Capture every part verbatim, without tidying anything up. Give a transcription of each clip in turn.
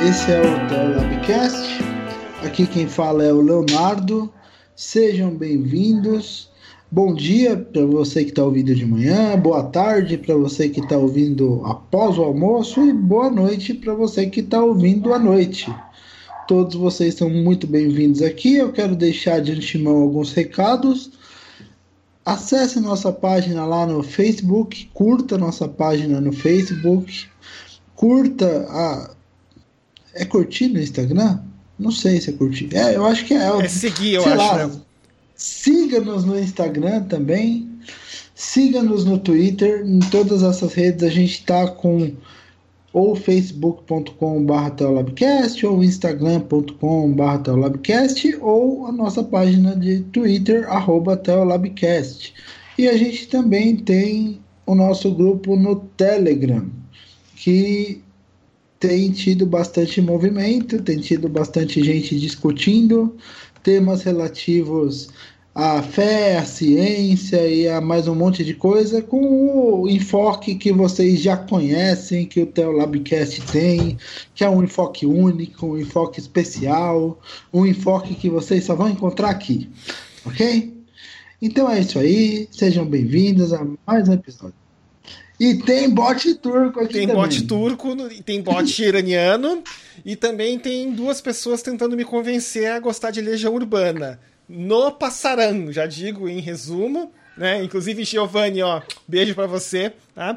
esse é o TeoLabcast. Aqui quem fala é o Leonardo. Sejam bem-vindos. Bom dia para você que está ouvindo de manhã, boa tarde para você que está ouvindo após o almoço e boa noite para você que está ouvindo à noite. Todos vocês são muito bem-vindos aqui. Eu quero deixar de antemão alguns recados. Acesse nossa página lá no Facebook, curta nossa página no Facebook, curta a... É curtir no Instagram? Não sei se é curtir. É, eu acho que é. É seguir, eu sei acho. Lá, né? Siga-nos no Instagram também. Siga-nos no Twitter. Em todas essas redes a gente está com ou facebook ponto com barra teolabcast ou instagram ponto com barra teolabcast ou a nossa página de Twitter, arroba teolabcast. E a gente também tem o nosso grupo no Telegram, que tem tido bastante movimento, tem tido bastante gente discutindo temas relativos à fé, à ciência e a mais um monte de coisa, com o enfoque que vocês já conhecem, que o TeoLabcast tem, que é um enfoque único, um enfoque especial, um enfoque que vocês só vão encontrar aqui, ok? Então é isso aí, sejam bem-vindos a mais um episódio. E tem bot turco aqui tem também. Tem bot turco, tem bot iraniano e também tem duas pessoas tentando me convencer a gostar de Legião Urbana. No Passaran, já digo em resumo, né? Inclusive, Giovanni, ó, beijo pra você, tá?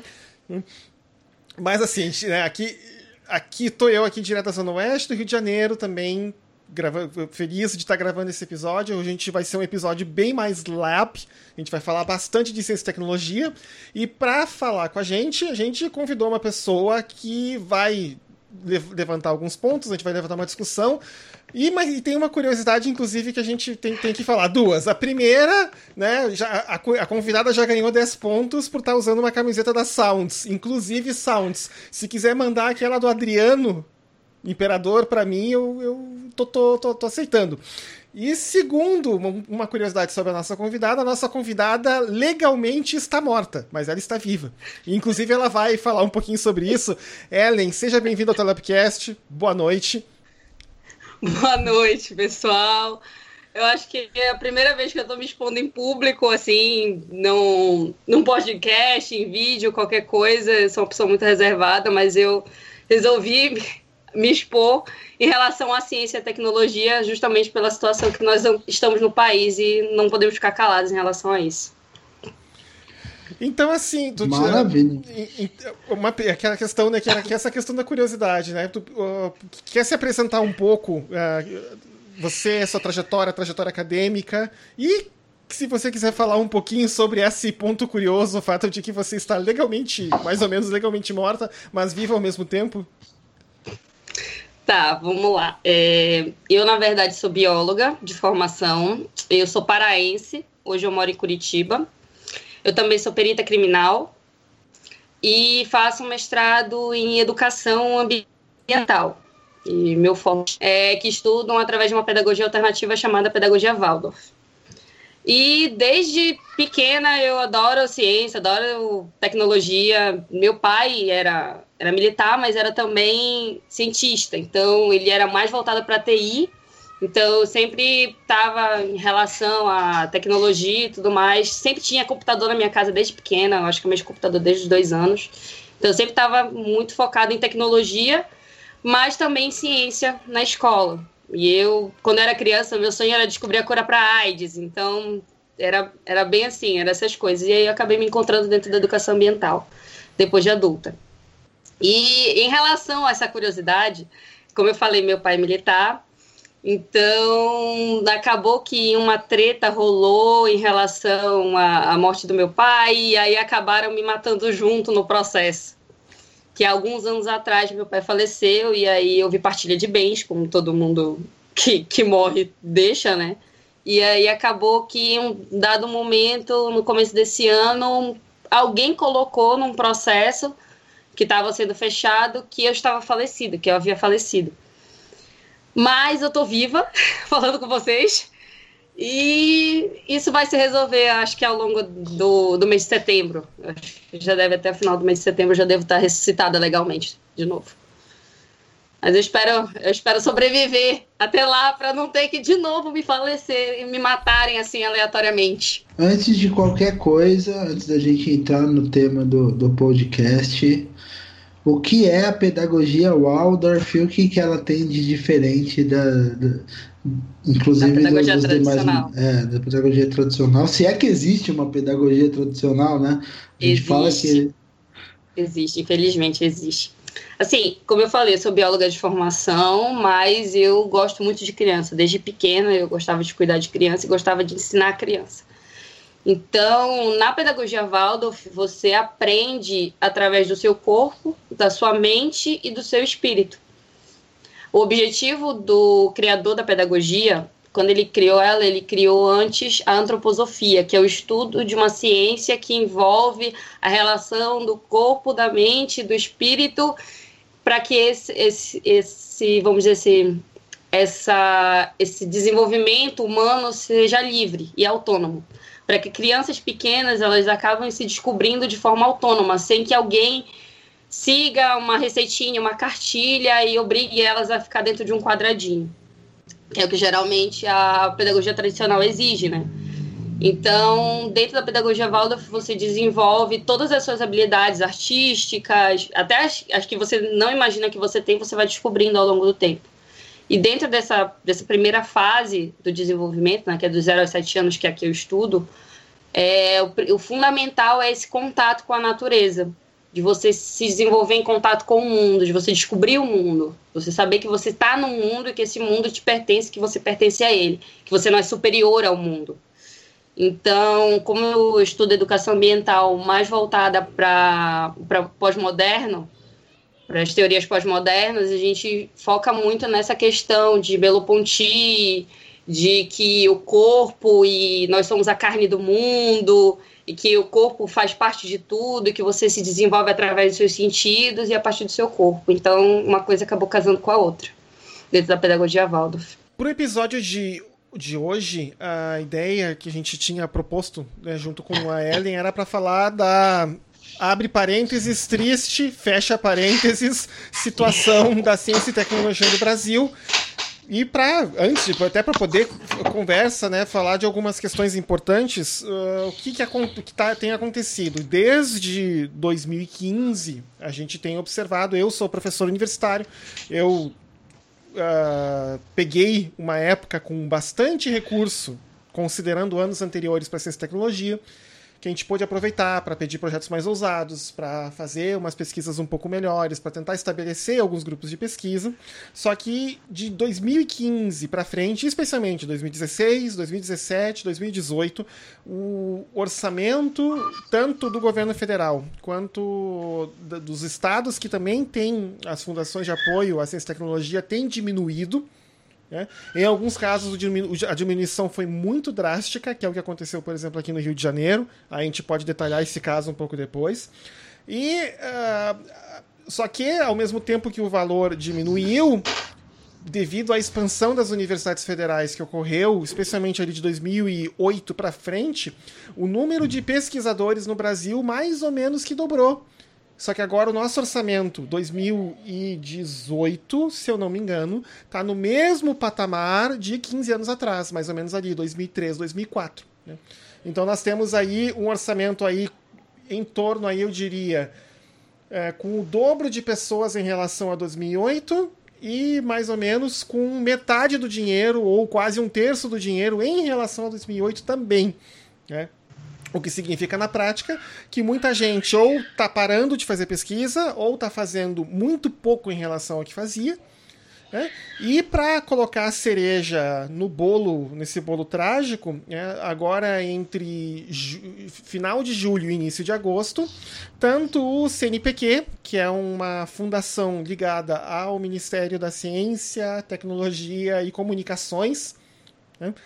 Mas assim, né, aqui, aqui tô eu aqui direto da Zona Oeste do Rio de Janeiro também, gravando, feliz de estar gravando esse episódio. Hoje a gente vai ser um episódio bem mais lab, a gente vai falar bastante de ciência e tecnologia, e para falar com a gente, a gente convidou uma pessoa que vai levantar alguns pontos, a gente vai levantar uma discussão, e, mas, e tem uma curiosidade, inclusive, que a gente tem, tem que falar. Duas. A primeira, né, já, a, a convidada já ganhou dez pontos por estar usando uma camiseta da Sounds, inclusive Sounds. Se quiser mandar aquela do Adriano Imperador pra mim, eu, eu tô, tô, tô, tô aceitando. E segundo, uma curiosidade sobre a nossa convidada, a nossa convidada legalmente está morta, mas ela está viva. E, inclusive, ela vai falar um pouquinho sobre isso. Ellen, seja bem-vinda ao TeoLabcast. Boa noite. Boa noite, pessoal. Eu acho que é a primeira vez que eu tô me expondo em público, assim, num, num podcast, em vídeo, qualquer coisa. Eu sou uma pessoa muito reservada, mas eu resolvi me expor em relação à ciência e à tecnologia, justamente pela situação que nós estamos no país e não podemos ficar calados em relação a isso. Então, assim, tu Maravilha. Uma, aquela questão, né, que, é, que é essa questão da curiosidade, né? Tu uh, quer se apresentar um pouco, uh, você, sua trajetória, trajetória acadêmica, e se você quiser falar um pouquinho sobre esse ponto curioso, o fato de que você está legalmente, mais ou menos legalmente morta, mas viva ao mesmo tempo. Tá, vamos lá. É, eu, na verdade, sou bióloga de formação, eu sou paraense, hoje eu moro em Curitiba. Eu também sou perita criminal e faço um mestrado em educação ambiental. E meu foco é que estudam através de uma pedagogia alternativa chamada pedagogia Waldorf. E desde pequena eu adoro ciência, adoro tecnologia. Meu pai era, era militar, mas era também cientista. Então ele era mais voltado para a T I. Então, eu sempre estava em relação à tecnologia e tudo mais. Sempre tinha computador na minha casa desde pequena. Eu acho que eu mexo com computador desde os dois anos. Então, eu sempre estava muito focada em tecnologia, mas também em ciência na escola. E eu, quando eu era criança, meu sonho era descobrir a cura para a AIDS. Então, era, era bem assim, eram essas coisas. E aí, eu acabei me encontrando dentro da educação ambiental, depois de adulta. E, em relação a essa curiosidade, como eu falei, meu pai é militar. Então, acabou que uma treta rolou em relação à, à morte do meu pai, e aí acabaram me matando junto no processo. Que alguns anos atrás meu pai faleceu, e aí houve partilha de bens, como todo mundo que, que morre deixa, né? E aí acabou que em um dado momento, no começo desse ano, alguém colocou num processo que estava sendo fechado que eu estava falecida, que eu havia falecido. Mas eu tô viva, falando com vocês, e isso vai se resolver, acho que ao longo do, do mês de setembro. Acho que já deve, até o final do mês de setembro, já devo estar ressuscitada legalmente, de novo. Mas eu espero, eu espero sobreviver até lá para não ter que de novo me falecer e me matarem assim aleatoriamente. Antes de qualquer coisa, antes da gente entrar no tema do, do podcast, o que é a pedagogia Waldorf e o que, que ela tem de diferente da, da inclusive da pedagogia dos tradicional. demais, é, da pedagogia tradicional, se é que existe uma pedagogia tradicional, né? A gente existe. fala que existe, infelizmente existe. Assim, como eu falei, eu sou bióloga de formação, mas eu gosto muito de criança. Desde pequena eu gostava de cuidar de criança e gostava de ensinar a criança. Então, na pedagogia Waldorf, você aprende através do seu corpo, da sua mente e do seu espírito. O objetivo do criador da pedagogia, quando ele criou ela, ele criou antes a antroposofia, que é o estudo de uma ciência que envolve a relação do corpo, da mente, do espírito, para que esse, esse, esse, vamos dizer assim, essa, esse desenvolvimento humano seja livre e autônomo. Para que crianças pequenas elas acabem se descobrindo de forma autônoma, sem que alguém siga uma receitinha, uma cartilha e obrigue elas a ficar dentro de um quadradinho. Que é o que geralmente a pedagogia tradicional exige, né? Então, dentro da pedagogia Waldorf, você desenvolve todas as suas habilidades artísticas, até as, as que você não imagina que você tem, você vai descobrindo ao longo do tempo. E dentro dessa, dessa primeira fase do desenvolvimento, né, que é dos zero aos sete anos, que aqui eu estudo, é, o, o fundamental é esse contato com a natureza, de você se desenvolver em contato com o mundo, de você descobrir o mundo, você saber que você está no mundo e que esse mundo te pertence, que você pertence a ele, que você não é superior ao mundo. Então, como eu estudo educação ambiental mais voltada para o pós-moderno, para as teorias pós-modernas, a gente foca muito nessa questão de Merleau-Ponty, de que o corpo e nós somos a carne do mundo, e que o corpo faz parte de tudo, e que você se desenvolve através dos seus sentidos e a partir do seu corpo. Então, uma coisa acabou casando com a outra, dentro da pedagogia Waldorf. Para o episódio de, de hoje, a ideia que a gente tinha proposto, né, junto com a Ellen, era para falar da... abre parênteses, triste, fecha parênteses, situação da ciência e tecnologia do Brasil. E para antes, até para poder conversa, né, falar de algumas questões importantes, uh, o que, que, que tá, tem acontecido. Desde dois mil e quinze, a gente tem observado, eu sou professor universitário, eu uh, peguei uma época com bastante recurso, considerando anos anteriores para ciência e tecnologia, que a gente pôde aproveitar para pedir projetos mais ousados, para fazer umas pesquisas um pouco melhores, para tentar estabelecer alguns grupos de pesquisa. Só que de dois mil e quinze para frente, especialmente dois mil e dezesseis, dois mil e dezessete, dois mil e dezoito, o orçamento tanto do governo federal quanto dos estados, que também têm as fundações de apoio à ciência e tecnologia, tem diminuído. É. Em alguns casos a diminuição foi muito drástica, que é o que aconteceu, por exemplo, aqui no Rio de Janeiro. A gente pode detalhar esse caso um pouco depois. E uh, só que, ao mesmo tempo que o valor diminuiu, devido à expansão das universidades federais que ocorreu, especialmente ali de dois mil e oito para frente, o número de pesquisadores no Brasil mais ou menos que dobrou. Só que agora o nosso orçamento, dois mil e dezoito, se eu não me engano, está no mesmo patamar de quinze anos atrás, mais ou menos ali, dois mil e três, dois mil e quatro. Né? Então nós temos aí um orçamento aí em torno, aí, eu diria, é, com o dobro de pessoas em relação a dois mil e oito e mais ou menos com metade do dinheiro, ou quase um terço do dinheiro em relação a dois mil e oito também, né? O que significa, na prática, que muita gente ou está parando de fazer pesquisa, ou está fazendo muito pouco em relação ao que fazia. Né? E para colocar a cereja no bolo, nesse bolo trágico, né, agora entre ju- final de julho e início de agosto, tanto o C N P Q, que é uma fundação ligada ao Ministério da Ciência, Tecnologia e Comunicações, né,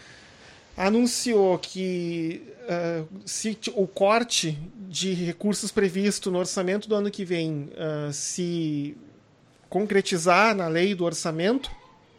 anunciou que uh, se o corte de recursos previsto no orçamento do ano que vem uh, se concretizar na lei do orçamento,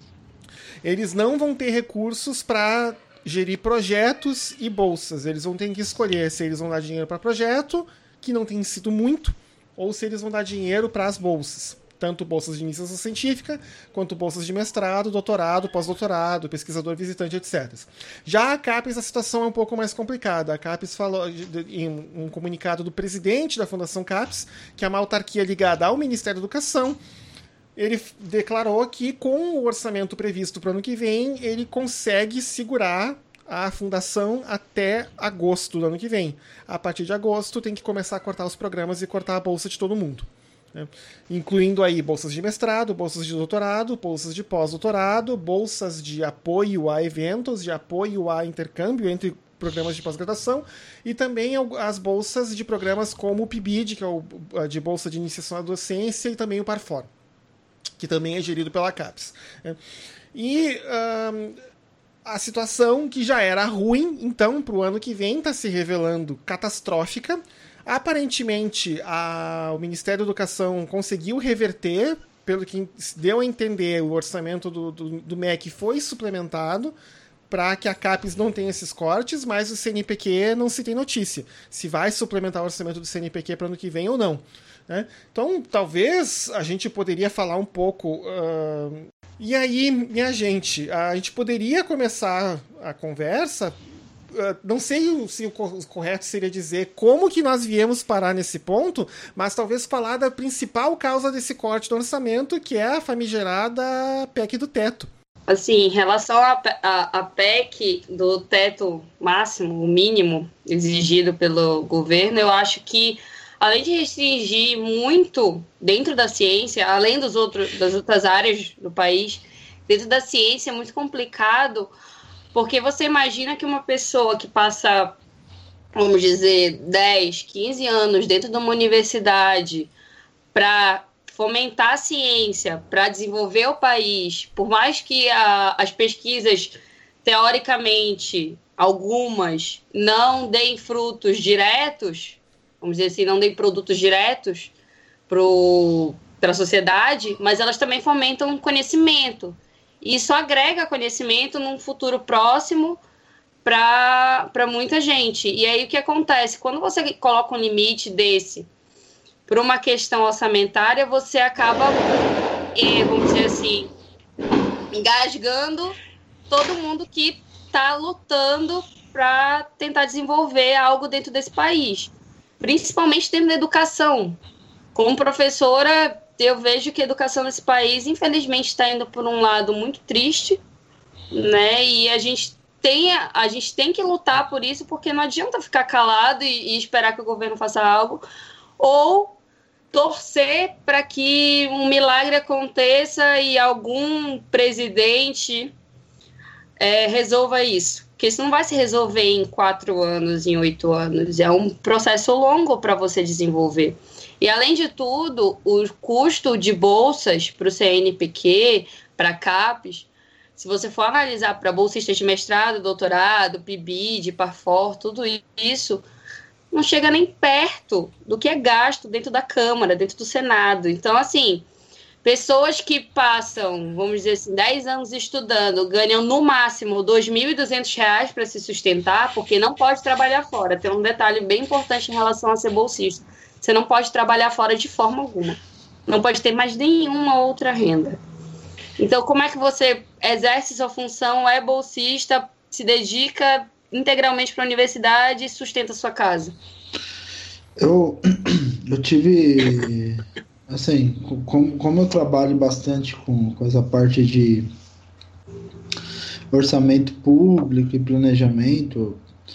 eles não vão ter recursos para gerir projetos e bolsas. Eles vão ter que escolher se eles vão dar dinheiro para projeto, que não tem sido muito, ou se eles vão dar dinheiro para as bolsas. tanto bolsas de iniciação científica, quanto bolsas de mestrado, doutorado, pós-doutorado, pesquisador visitante, etcétera. Já a CAPES, a situação é um pouco mais complicada. A CAPES falou em um comunicado do presidente da Fundação CAPES, que é uma autarquia ligada ao Ministério da Educação. Ele declarou que, com o orçamento previsto para o ano que vem, ele consegue segurar a fundação até agosto do ano que vem. A partir de agosto, tem que começar a cortar os programas e cortar a bolsa de todo mundo, né? Incluindo aí bolsas de mestrado, bolsas de doutorado, bolsas de pós-doutorado, bolsas de apoio a eventos, de apoio a intercâmbio entre programas de pós-graduação, e também as bolsas de programas como o P I B I D, que é o de Bolsa de Iniciação à Docência, e também o Parfor, que também é gerido pela CAPES. E um, a situação, que já era ruim, então, para o ano que vem, está se revelando catastrófica. Aparentemente, a, o Ministério da Educação conseguiu reverter, pelo que deu a entender, o orçamento do, do, do M E C foi suplementado para que a CAPES não tenha esses cortes, mas o C N P Q não se tem notícia se vai suplementar o orçamento do C N P Q para o ano que vem ou não, né? Então, talvez a gente poderia falar um pouco... Uh... E aí, minha gente, a gente poderia começar a conversa... Uh, não sei se o correto seria dizer como que nós viemos parar nesse ponto, mas talvez falar da principal causa desse corte do orçamento, que é a famigerada P E C do teto. Assim, em relação à a, a P E C do teto máximo, o mínimo exigido pelo governo, eu acho que, além de restringir muito dentro da ciência, além dos outros, das outras áreas do país, dentro da ciência é muito complicado, porque você imagina que uma pessoa que passa, vamos dizer, dez, quinze anos dentro de uma universidade para fomentar a ciência, para desenvolver o país, por mais que a, as pesquisas, teoricamente, algumas não deem frutos diretos, vamos dizer assim, não deem produtos diretos para a sociedade, mas elas também fomentam conhecimento. E isso agrega conhecimento num futuro próximo para muita gente. E aí o que acontece? Quando você coloca um limite desse por uma questão orçamentária, você acaba, é, vamos dizer assim, engasgando todo mundo que está lutando para tentar desenvolver algo dentro desse país, principalmente dentro da educação. Como professora, eu vejo que a educação nesse país, infelizmente, está indo por um lado muito triste, né? E a gente tem, a gente tem que lutar por isso, porque não adianta ficar calado e, e esperar que o governo faça algo, ou torcer para que um milagre aconteça e algum presidente é, resolva isso. Porque isso não vai se resolver em quatro anos, em oito anos. É um processo longo para você desenvolver. E, além de tudo, o custo de bolsas para o C N P Q, para a CAPES, se você for analisar para bolsistas de mestrado, doutorado, P I B I D, Parfor, tudo isso, não chega nem perto do que é gasto dentro da Câmara, dentro do Senado. Então, assim, pessoas que passam, vamos dizer assim, dez anos estudando, ganham no máximo dois mil e duzentos reais para se sustentar, porque não pode trabalhar fora. Tem um detalhe bem importante em relação a ser bolsista. Você não pode trabalhar fora de forma alguma. Não pode ter mais nenhuma outra renda. Então, como é que você exerce sua função, é bolsista, se dedica integralmente para a universidade e sustenta sua casa? Eu, eu tive... Assim, como, como eu trabalho bastante com, com essa parte de orçamento público e planejamento...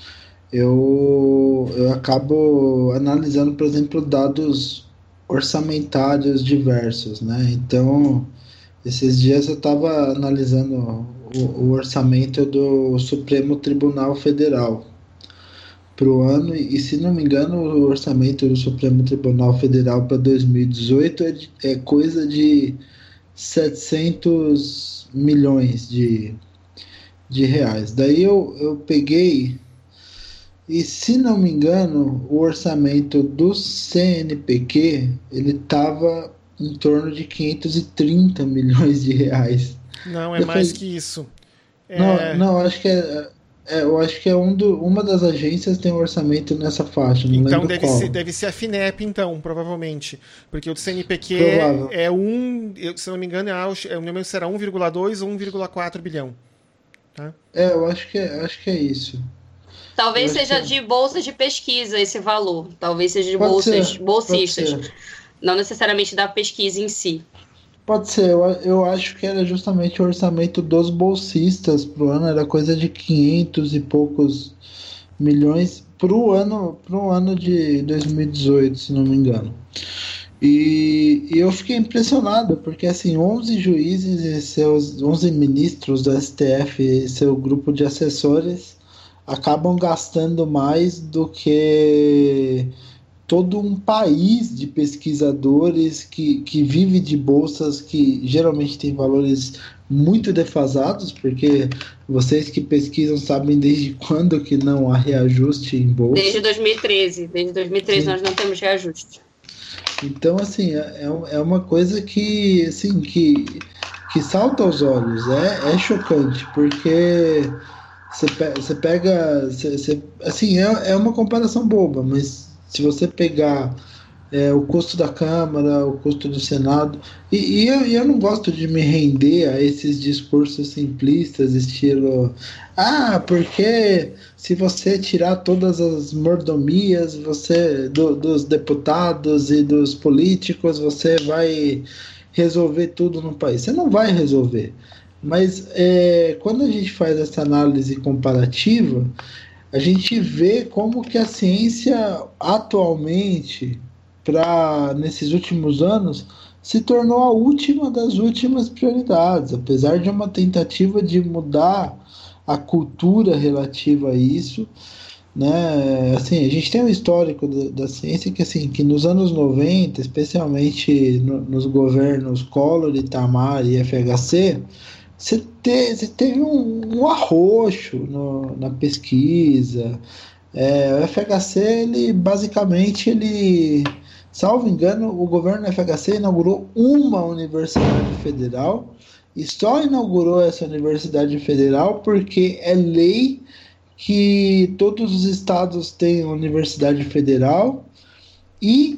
Eu, eu acabo analisando, por exemplo, dados orçamentários diversos, né? Então, esses dias eu estava analisando o, o orçamento do Supremo Tribunal Federal para o ano, e, se não me engano, o orçamento do Supremo Tribunal Federal para dois mil e dezoito é, de, é coisa de setecentos milhões de, de reais. Daí eu, eu peguei... E, se não me engano, o orçamento do C N P Q, ele estava em torno de quinhentos e trinta milhões de reais. Não, é eu mais falei, que isso. Não, é... não, acho que é... É, eu acho que é um do, uma das agências tem um orçamento nessa faixa, não Então lembro deve qual. ser, deve ser a Finep, então, provavelmente. Porque o do C N P Q Provável. é um, eu- se não me engano, é, acho- eu não lembro se era um vírgula dois ou um vírgula quatro bilhão. Tá? É, eu acho que é, acho que é isso. Eu Talvez acho que seja é. de bolsas de pesquisa esse valor. Talvez seja de Pode bolsas, ser, pode bolsistas. ser. Não necessariamente da pesquisa em si. Pode ser, eu, eu acho que era justamente o orçamento dos bolsistas pro ano, era coisa de quinhentos e poucos milhões pro ano, pro ano de dois mil e dezoito, se não me engano. E, e eu fiquei impressionado, porque assim, onze juízes e seus onze ministros do S T F e seu grupo de assessores acabam gastando mais do que todo um país de pesquisadores que, que vive de bolsas que geralmente têm valores muito defasados, porque vocês que pesquisam sabem desde quando que não há reajuste em Desde bolsa. dois mil e treze. Desde dois mil e treze Sim. nós não temos reajuste. Então, assim, é, é um- é uma coisa que, assim, que, que salta aos olhos, é, é chocante, porque você pe- você pega, você- você- assim, é, é uma comparação boba, mas se você pegar é, o custo da Câmara, o custo do Senado, e, e eu, e eu não gosto de me render a esses discursos simplistas, estilo, ah, porque se você tirar todas as mordomias você do- dos deputados e dos políticos, você vai resolver tudo no país. Você não vai resolver. Mas é, quando a gente faz essa análise comparativa, a gente vê como que a ciência atualmente, para nesses últimos anos, se tornou a última das últimas prioridades, apesar de uma tentativa de mudar a cultura relativa a isso, né? Assim, a gente tem um histórico da, da ciência que assim, que nos anos noventa, especialmente no- nos governos Collor, Itamar e F H C, você, te- você teve um, um arroxo no- na pesquisa. É, o F H C, ele basicamente, ele, salvo engano, o governo do F H C inaugurou uma universidade federal e só inaugurou essa universidade federal porque é lei que todos os estados têm universidade federal e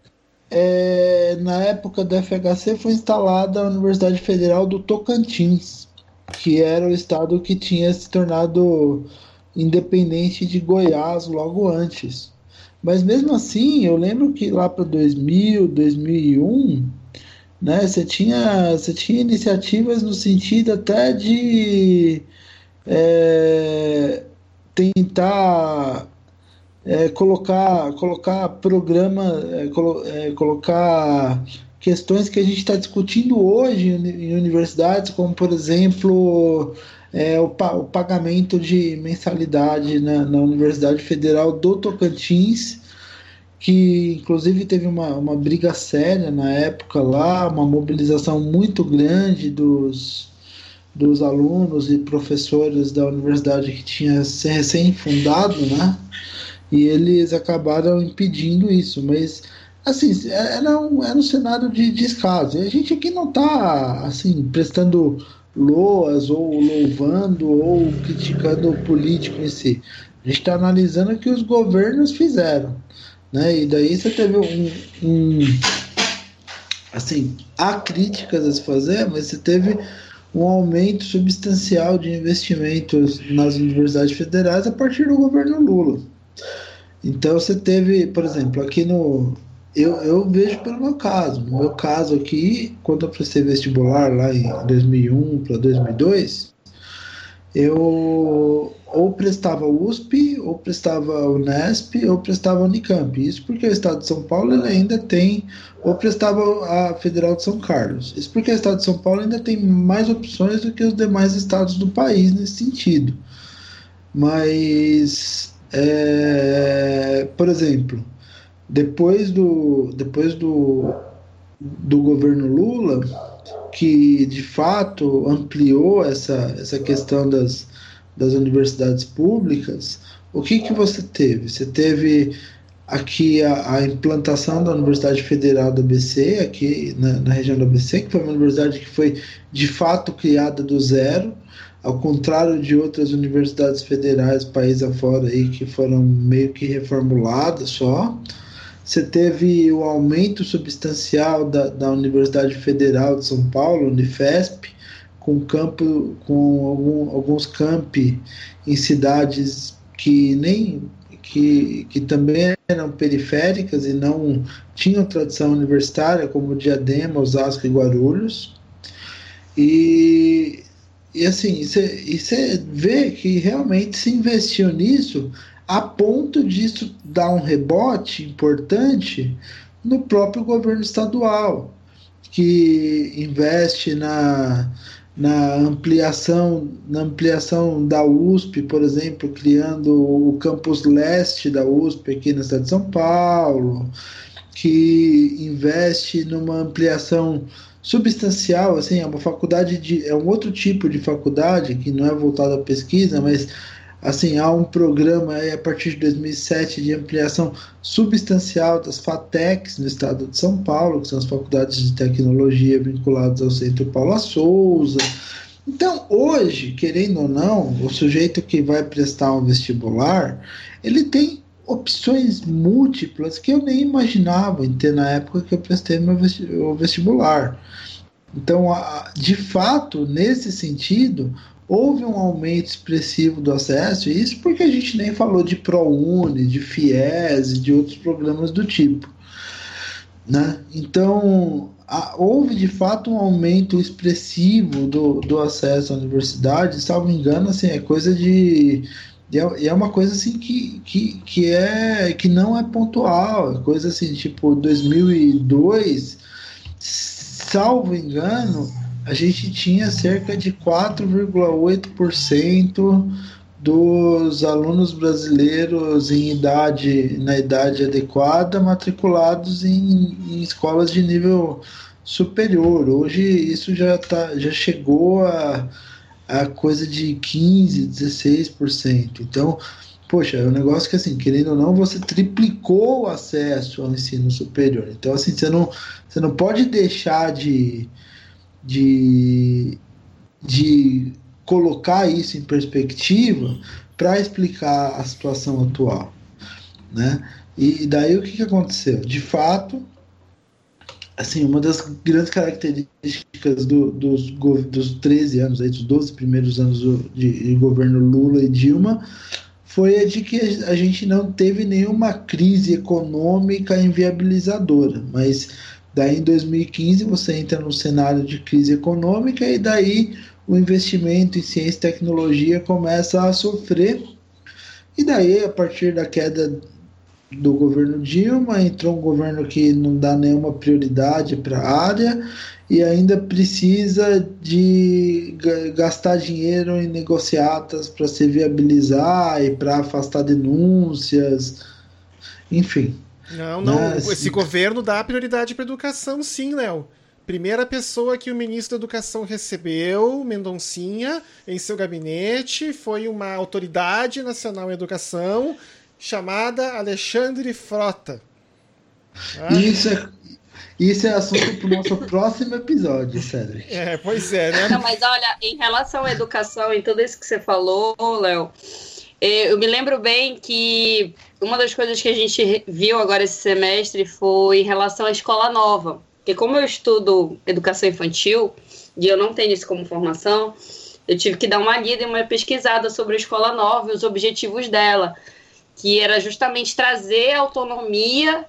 é, na época do F H C foi instalada a Universidade Federal do Tocantins, que era o estado que tinha se tornado independente de Goiás logo antes. Mas mesmo assim, eu lembro que lá para dois mil, dois mil e um, né, você tinha, você tinha iniciativas no sentido até de é, tentar é, colocar, colocar programa, é, colo- é, colocar questões que a gente está discutindo hoje em, uni- em universidades, como por exemplo é, o, pa- o pagamento de mensalidade na, na Universidade Federal do Tocantins, que inclusive teve uma, uma briga séria na época lá, uma mobilização muito grande dos, dos alunos e professores da universidade que tinha se recém-fundado, né? E eles acabaram impedindo isso, mas assim, era um, era um cenário de descaso. E a gente aqui não está assim, prestando loas ou louvando ou criticando o político em si. A gente está analisando o que os governos fizeram, né? E daí você teve um, um assim, há críticas a se fazer, mas você teve um aumento substancial de investimentos nas universidades federais a partir do governo Lula. Então você teve, por exemplo, aqui no. Eu, eu vejo pelo meu caso. No meu caso aqui, quando eu prestei vestibular lá em dois mil e um para dois mil e dois, eu ou prestava U S P, ou prestava Unesp, ou prestava Unicamp. Isso porque o estado de São Paulo ele ainda tem, ou prestava a Federal de São Carlos. Isso porque o estado de São Paulo ainda tem mais opções do que os demais estados do país nesse sentido. Mas, é, por exemplo, depois do, depois do, do governo Lula, que de fato ampliou essa, essa questão das, das universidades públicas, o que, que você teve? Você teve aqui a, a implantação da Universidade Federal do A B C, aqui na, na região do A B C, que foi uma universidade que foi de fato criada do zero, ao contrário de outras universidades federais, país afora aí, que foram meio que reformuladas só. Você teve o aumento substancial da, da Universidade Federal de São Paulo, Unifesp, com, campo, com algum, alguns campi em cidades que nem que, que também eram periféricas e não tinham tradição universitária, como Diadema, Osasco e Guarulhos. E, e assim, você vê que realmente se investiu nisso a ponto disso dar um rebote importante no próprio governo estadual, que investe na, na ampliação, na ampliação da U S P, por exemplo, criando o campus leste da U S P aqui na cidade de São Paulo, que investe numa ampliação substancial, assim, é uma faculdade de, é um outro tipo de faculdade que não é voltada à pesquisa, mas assim, há um programa aí, a partir de dois mil e sete de ampliação substancial das FATECs no estado de São Paulo, que são as faculdades de tecnologia vinculadas ao Centro Paula Souza. Então, hoje, querendo ou não, o sujeito que vai prestar um vestibular, ele tem opções múltiplas que eu nem imaginava em ter na época que eu prestei meu vestibular. Então, de fato, nesse sentido, houve um aumento expressivo do acesso, e isso porque a gente nem falou de ProUni, de FIES e de outros programas do tipo, né? Então, a, houve de fato um aumento expressivo do, do acesso à universidade, salvo engano, assim, é coisa de... E é, é uma coisa assim que, que, que, é, que não é pontual, é coisa assim, tipo, dois mil e dois, salvo engano, a gente tinha cerca de quatro vírgula oito por cento dos alunos brasileiros em idade, na idade adequada matriculados em, em escolas de nível superior. Hoje isso já, tá, já chegou a, a coisa de quinze por cento, dezesseis por cento. Então, poxa, é um negócio que, assim, querendo ou não, você triplicou o acesso ao ensino superior. Então, assim, você não, você não pode deixar de... De, de colocar isso em perspectiva para explicar a situação atual, né? E daí o que, que aconteceu? De fato, assim, uma das grandes características do, dos, dos treze anos, aí, dos doze primeiros anos de, de governo Lula e Dilma, foi a de que a gente não teve nenhuma crise econômica inviabilizadora, mas daí em dois mil e quinze você entra num cenário de crise econômica e daí o investimento em ciência e tecnologia começa a sofrer. E daí, a partir da queda do governo Dilma, entrou um governo que não dá nenhuma prioridade para a área e ainda precisa de gastar dinheiro em negociatas para se viabilizar e para afastar denúncias, enfim. Não, não. Mas... Esse governo dá prioridade para a educação, sim, Léo. Primeira pessoa que o ministro da Educação recebeu, Mendoncinha, em seu gabinete, foi uma autoridade nacional em educação chamada Alexandre Frota. Ah. Isso, é, isso é assunto para o nosso próximo episódio, Cédric. É, pois é, né? Não, mas olha, em relação à educação e tudo isso que você falou, Léo, eu me lembro bem que uma das coisas que a gente viu agora esse semestre foi em relação à escola nova. Porque como eu estudo educação infantil, e eu não tenho isso como formação, eu tive que dar uma lida e uma pesquisada sobre a escola nova e os objetivos dela, que era justamente trazer autonomia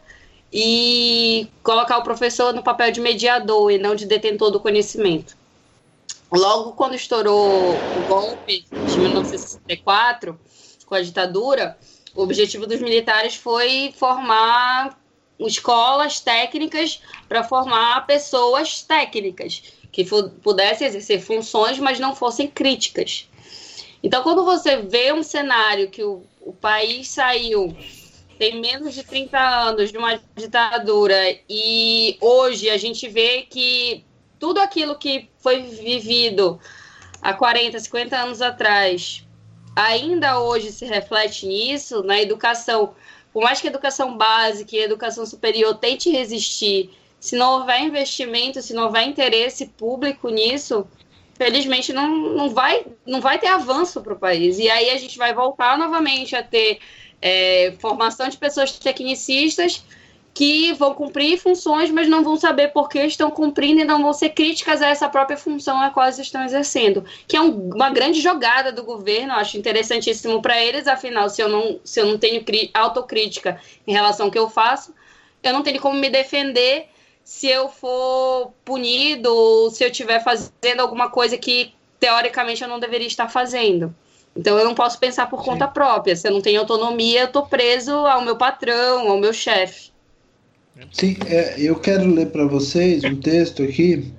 e colocar o professor no papel de mediador e não de detentor do conhecimento. Logo quando estourou o golpe de mil novecentos e sessenta e quatro, com a ditadura, o objetivo dos militares foi formar escolas técnicas para formar pessoas técnicas que pudessem exercer funções, mas não fossem críticas. Então, quando você vê um cenário que o, o país saiu, tem menos de trinta anos de uma ditadura, e hoje a gente vê que tudo aquilo que foi vivido há quarenta, cinquenta anos atrás, ainda hoje se reflete nisso, na educação. Por mais que a educação básica e a educação superior tente resistir, se não houver investimento, se não houver interesse público nisso, felizmente não, não, vai, não vai ter avanço para o país. E aí a gente vai voltar novamente a ter é, formação de pessoas tecnicistas que vão cumprir funções, mas não vão saber por que estão cumprindo e não vão ser críticas a essa própria função a qual eles estão exercendo. Que é um, uma grande jogada do governo, eu acho interessantíssimo para eles, afinal, se eu não, se eu não tenho cri, autocrítica em relação ao que eu faço, eu não tenho como me defender se eu for punido ou se eu estiver fazendo alguma coisa que, teoricamente, eu não deveria estar fazendo. Então, eu não posso pensar por conta Sim. própria. Se eu não tenho autonomia, eu estou preso ao meu patrão, ao meu chefe. Sim, é, eu quero ler para vocês um texto aqui,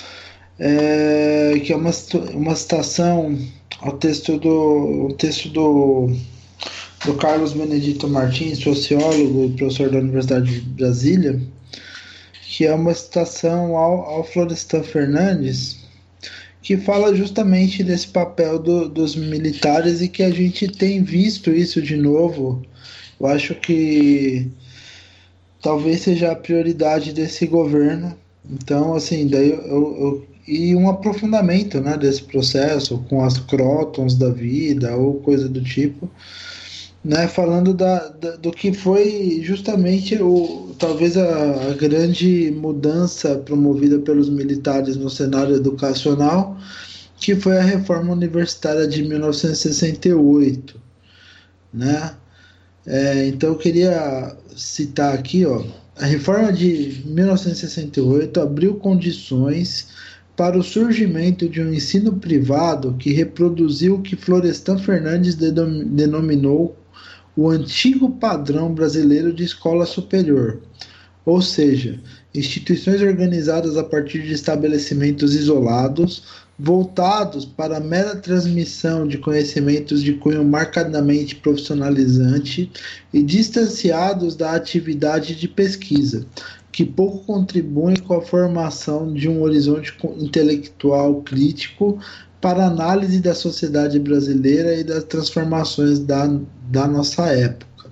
é, que é uma, uma citação ao texto do, um texto do, do Carlos Benedito Martins, sociólogo e professor da Universidade de Brasília, que é uma citação ao, ao Florestan Fernandes, que fala justamente desse papel do, dos militares e que a gente tem visto isso de novo. Eu acho que talvez seja a prioridade desse governo. Então, assim, daí eu, eu, e um aprofundamento, né, desse processo com as Crotons da vida ou coisa do tipo, né, falando da, da, do que foi justamente o, talvez a, a grande mudança promovida pelos militares no cenário educacional, que foi a reforma universitária de mil novecentos e sessenta e oito, né? É, então eu queria citar aqui, ó, a reforma de mil novecentos e sessenta e oito abriu condições para o surgimento de um ensino privado que reproduziu o que Florestan Fernandes denominou o antigo padrão brasileiro de escola superior, ou seja, instituições organizadas a partir de estabelecimentos isolados, voltados para a mera transmissão de conhecimentos de cunho marcadamente profissionalizante e distanciados da atividade de pesquisa, que pouco contribuem com a formação de um horizonte intelectual crítico para a análise da sociedade brasileira e das transformações da, da nossa época.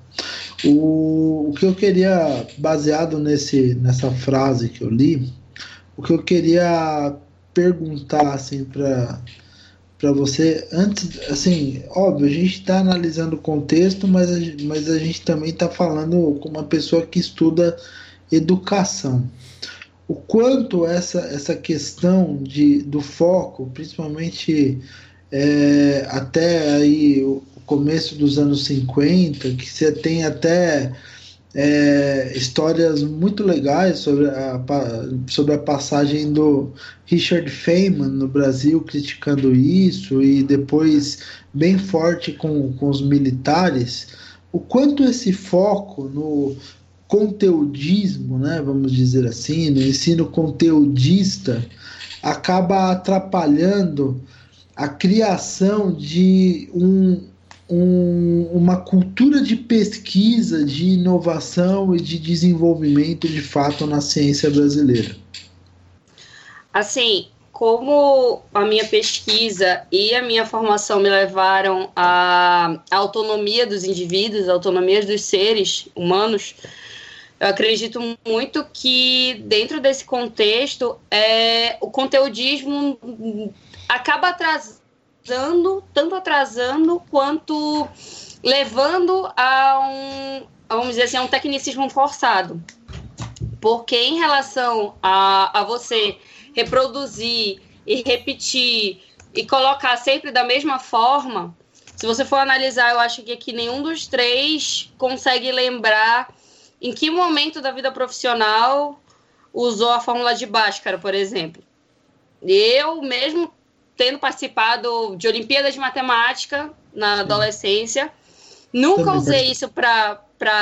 O, o que eu queria, baseado nesse, nessa frase que eu li, o que eu queria perguntar assim para para você antes, assim, óbvio, a gente está analisando o contexto, mas a, mas a gente também está falando com uma pessoa que estuda educação. O quanto essa, essa questão de, do foco, principalmente é, até aí o começo dos anos cinquenta, que você tem até É, histórias muito legais sobre a, sobre a passagem do Richard Feynman no Brasil, criticando isso, e depois bem forte com, com os militares, o quanto esse foco no conteudismo, né, vamos dizer assim, no ensino conteudista, acaba atrapalhando a criação de um Um, uma cultura de pesquisa, de inovação e de desenvolvimento de fato na ciência brasileira. Assim, como a minha pesquisa e a minha formação me levaram à autonomia dos indivíduos, à autonomia dos seres humanos, eu acredito muito que dentro desse contexto é, o conteudismo acaba trazendo tanto atrasando quanto levando a um, vamos dizer assim, a um tecnicismo forçado. Porque em relação a, a você reproduzir e repetir e colocar sempre da mesma forma, se você for analisar, eu acho que aqui nenhum dos três consegue lembrar em que momento da vida profissional usou a fórmula de Bhaskara, por exemplo. Eu mesmo, tendo participado de Olimpíadas de Matemática na adolescência, nunca Também usei isso para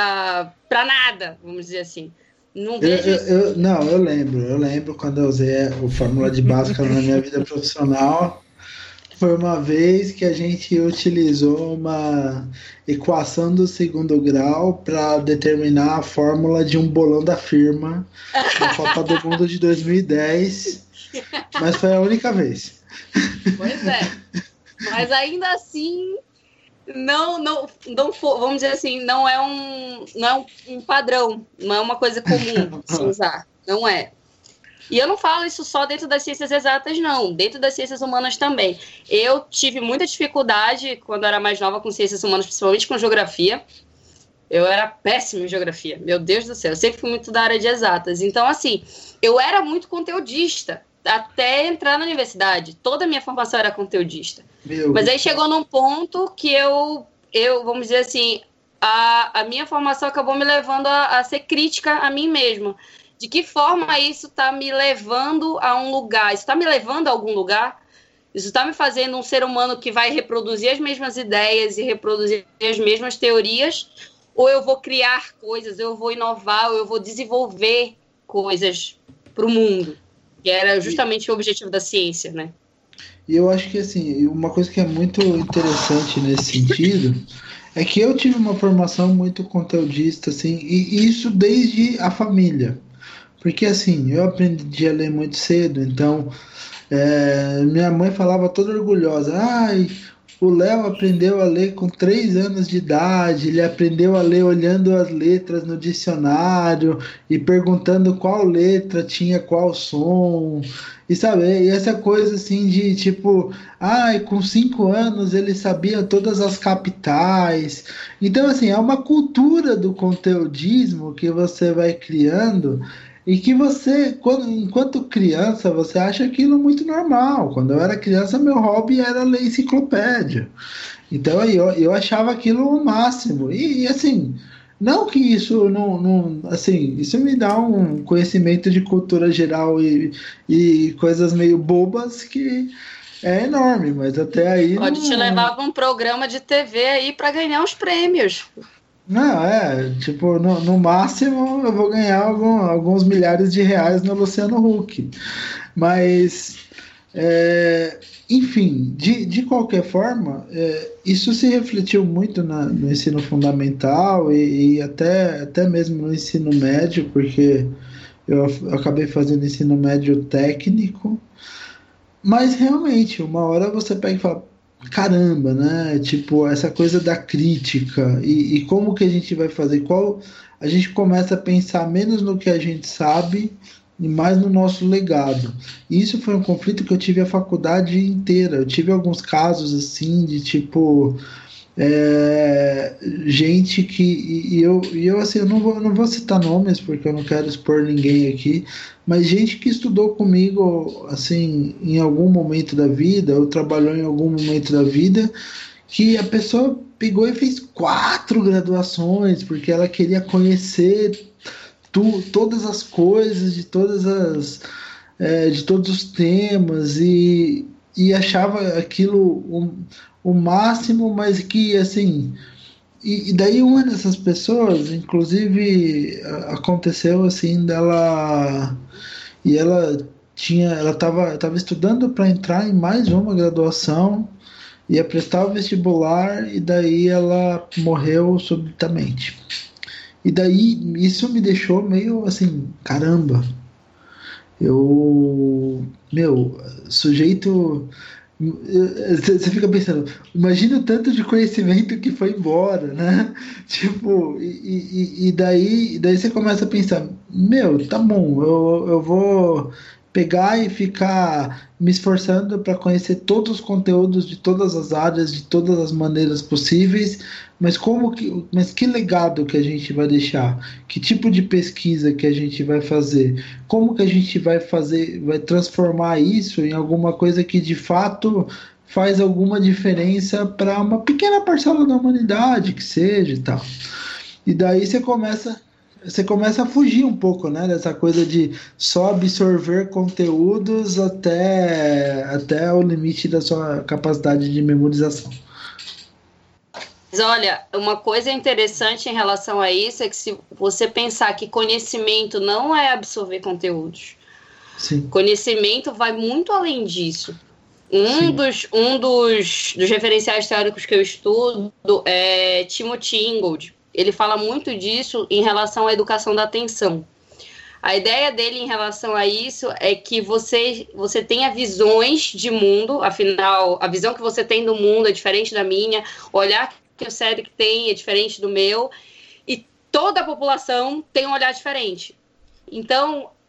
nada, vamos dizer assim. Não, vejo eu, eu, eu, não, eu lembro, eu lembro quando eu usei a fórmula de Bhaskara na minha vida profissional. Foi uma vez que a gente utilizou uma equação do segundo grau para determinar a fórmula de um bolão da firma na Copa do Mundo de dois mil e dez, mas foi a única vez. Pois é, mas ainda assim não, não, não vamos dizer assim, não é um, não é um, um padrão, não é uma coisa comum se usar, não é. E eu não falo isso só dentro das ciências exatas, não. Dentro das ciências humanas também. Eu tive muita dificuldade quando eu era mais nova com ciências humanas, principalmente com geografia. Eu era péssima em geografia. Meu Deus do céu. Eu sempre fui muito da área de exatas. Então, assim, eu era muito conteudista. Até entrar na universidade. Toda a minha formação era conteudista. Meu Mas aí chegou num ponto que eu, eu vamos dizer assim, a, a minha formação acabou me levando a, a ser crítica a mim mesma. De que forma isso está me levando a um lugar? Isso está me levando a algum lugar? Isso está me fazendo um ser humano que vai reproduzir as mesmas ideias e reproduzir as mesmas teorias? Ou eu vou criar coisas, eu vou inovar, ou eu vou desenvolver coisas para o mundo? Que era justamente e, o objetivo da ciência, né? E eu acho que, assim, uma coisa que é muito interessante nesse sentido é que eu tive uma formação muito conteudista, assim, e isso desde a família. Porque, assim, eu aprendi a ler muito cedo, então é, minha mãe falava toda orgulhosa, ai, o Léo aprendeu a ler com três anos de idade, ele aprendeu a ler olhando as letras no dicionário e perguntando qual letra tinha qual som, e sabe, e essa coisa assim de tipo, ai, com cinco anos ele sabia todas as capitais. Então, assim, é uma cultura do conteudismo que você vai criando e que você, quando, enquanto criança, você acha aquilo muito normal. Quando eu era criança, meu hobby era ler enciclopédia. Então eu, eu achava aquilo o máximo. E, e assim, não que isso não, não. Assim, isso me dá um conhecimento de cultura geral e, e coisas meio bobas que é enorme, mas até aí. Pode não, te levar para um programa de T V aí para ganhar uns prêmios. Não, é, tipo, no, no máximo eu vou ganhar algum, alguns milhares de reais no Luciano Huck. Mas, é, enfim, de, de qualquer forma, é, isso se refletiu muito na, no ensino fundamental e, e até, até mesmo no ensino médio, porque eu acabei fazendo ensino médio técnico. Mas realmente, uma hora você pega e fala, caramba, né? Tipo, essa coisa da crítica e, e como que a gente vai fazer? Qual a gente começa a pensar menos no que a gente sabe e mais no nosso legado. E isso foi um conflito que eu tive a faculdade inteira. Eu tive alguns casos assim de tipo é, gente que e, e eu, e eu assim eu não vou, não vou citar nomes porque eu não quero expor ninguém aqui, mas gente que estudou comigo assim em algum momento da vida ou trabalhou em algum momento da vida, que a pessoa pegou e fez quatro graduações porque ela queria conhecer tu, todas as coisas de todas as é, de todos os temas e, e achava aquilo um, o máximo, mas que assim. E, e daí uma dessas pessoas, inclusive, aconteceu assim dela. E ela tinha. Ela estava tava estudando para entrar em mais uma graduação, ia prestar o vestibular, e daí ela morreu subitamente. E daí isso me deixou meio assim, caramba. Eu. Meu, sujeito. Você fica pensando, imagina o tanto de conhecimento que foi embora, né? Tipo, e, e, e daí, daí você começa a pensar, meu, tá bom, eu, eu vou pegar e ficar me esforçando para conhecer todos os conteúdos de todas as áreas, de todas as maneiras possíveis, mas como que, mas que legado que a gente vai deixar? Que tipo de pesquisa que a gente vai fazer? Como que a gente vai fazer, vai transformar isso em alguma coisa que de fato faz alguma diferença para uma pequena parcela da humanidade, que seja e tal. E daí você começa Você começa a fugir um pouco, né, dessa coisa de só absorver conteúdos até, até o limite da sua capacidade de memorização. Mas olha, uma coisa interessante em relação a isso é que se você pensar que conhecimento não é absorver conteúdos, Sim. Conhecimento vai muito além disso. Um, dos, um dos, dos referenciais teóricos que eu estudo é Timothy Ingold. Ele fala muito disso em relação à educação da atenção. A ideia dele em relação a isso é que você, você tenha visões de mundo, afinal, a visão que você tem do mundo é diferente da minha, o olhar que o cérebro tem é diferente do meu, e toda a população tem um olhar diferente. Então,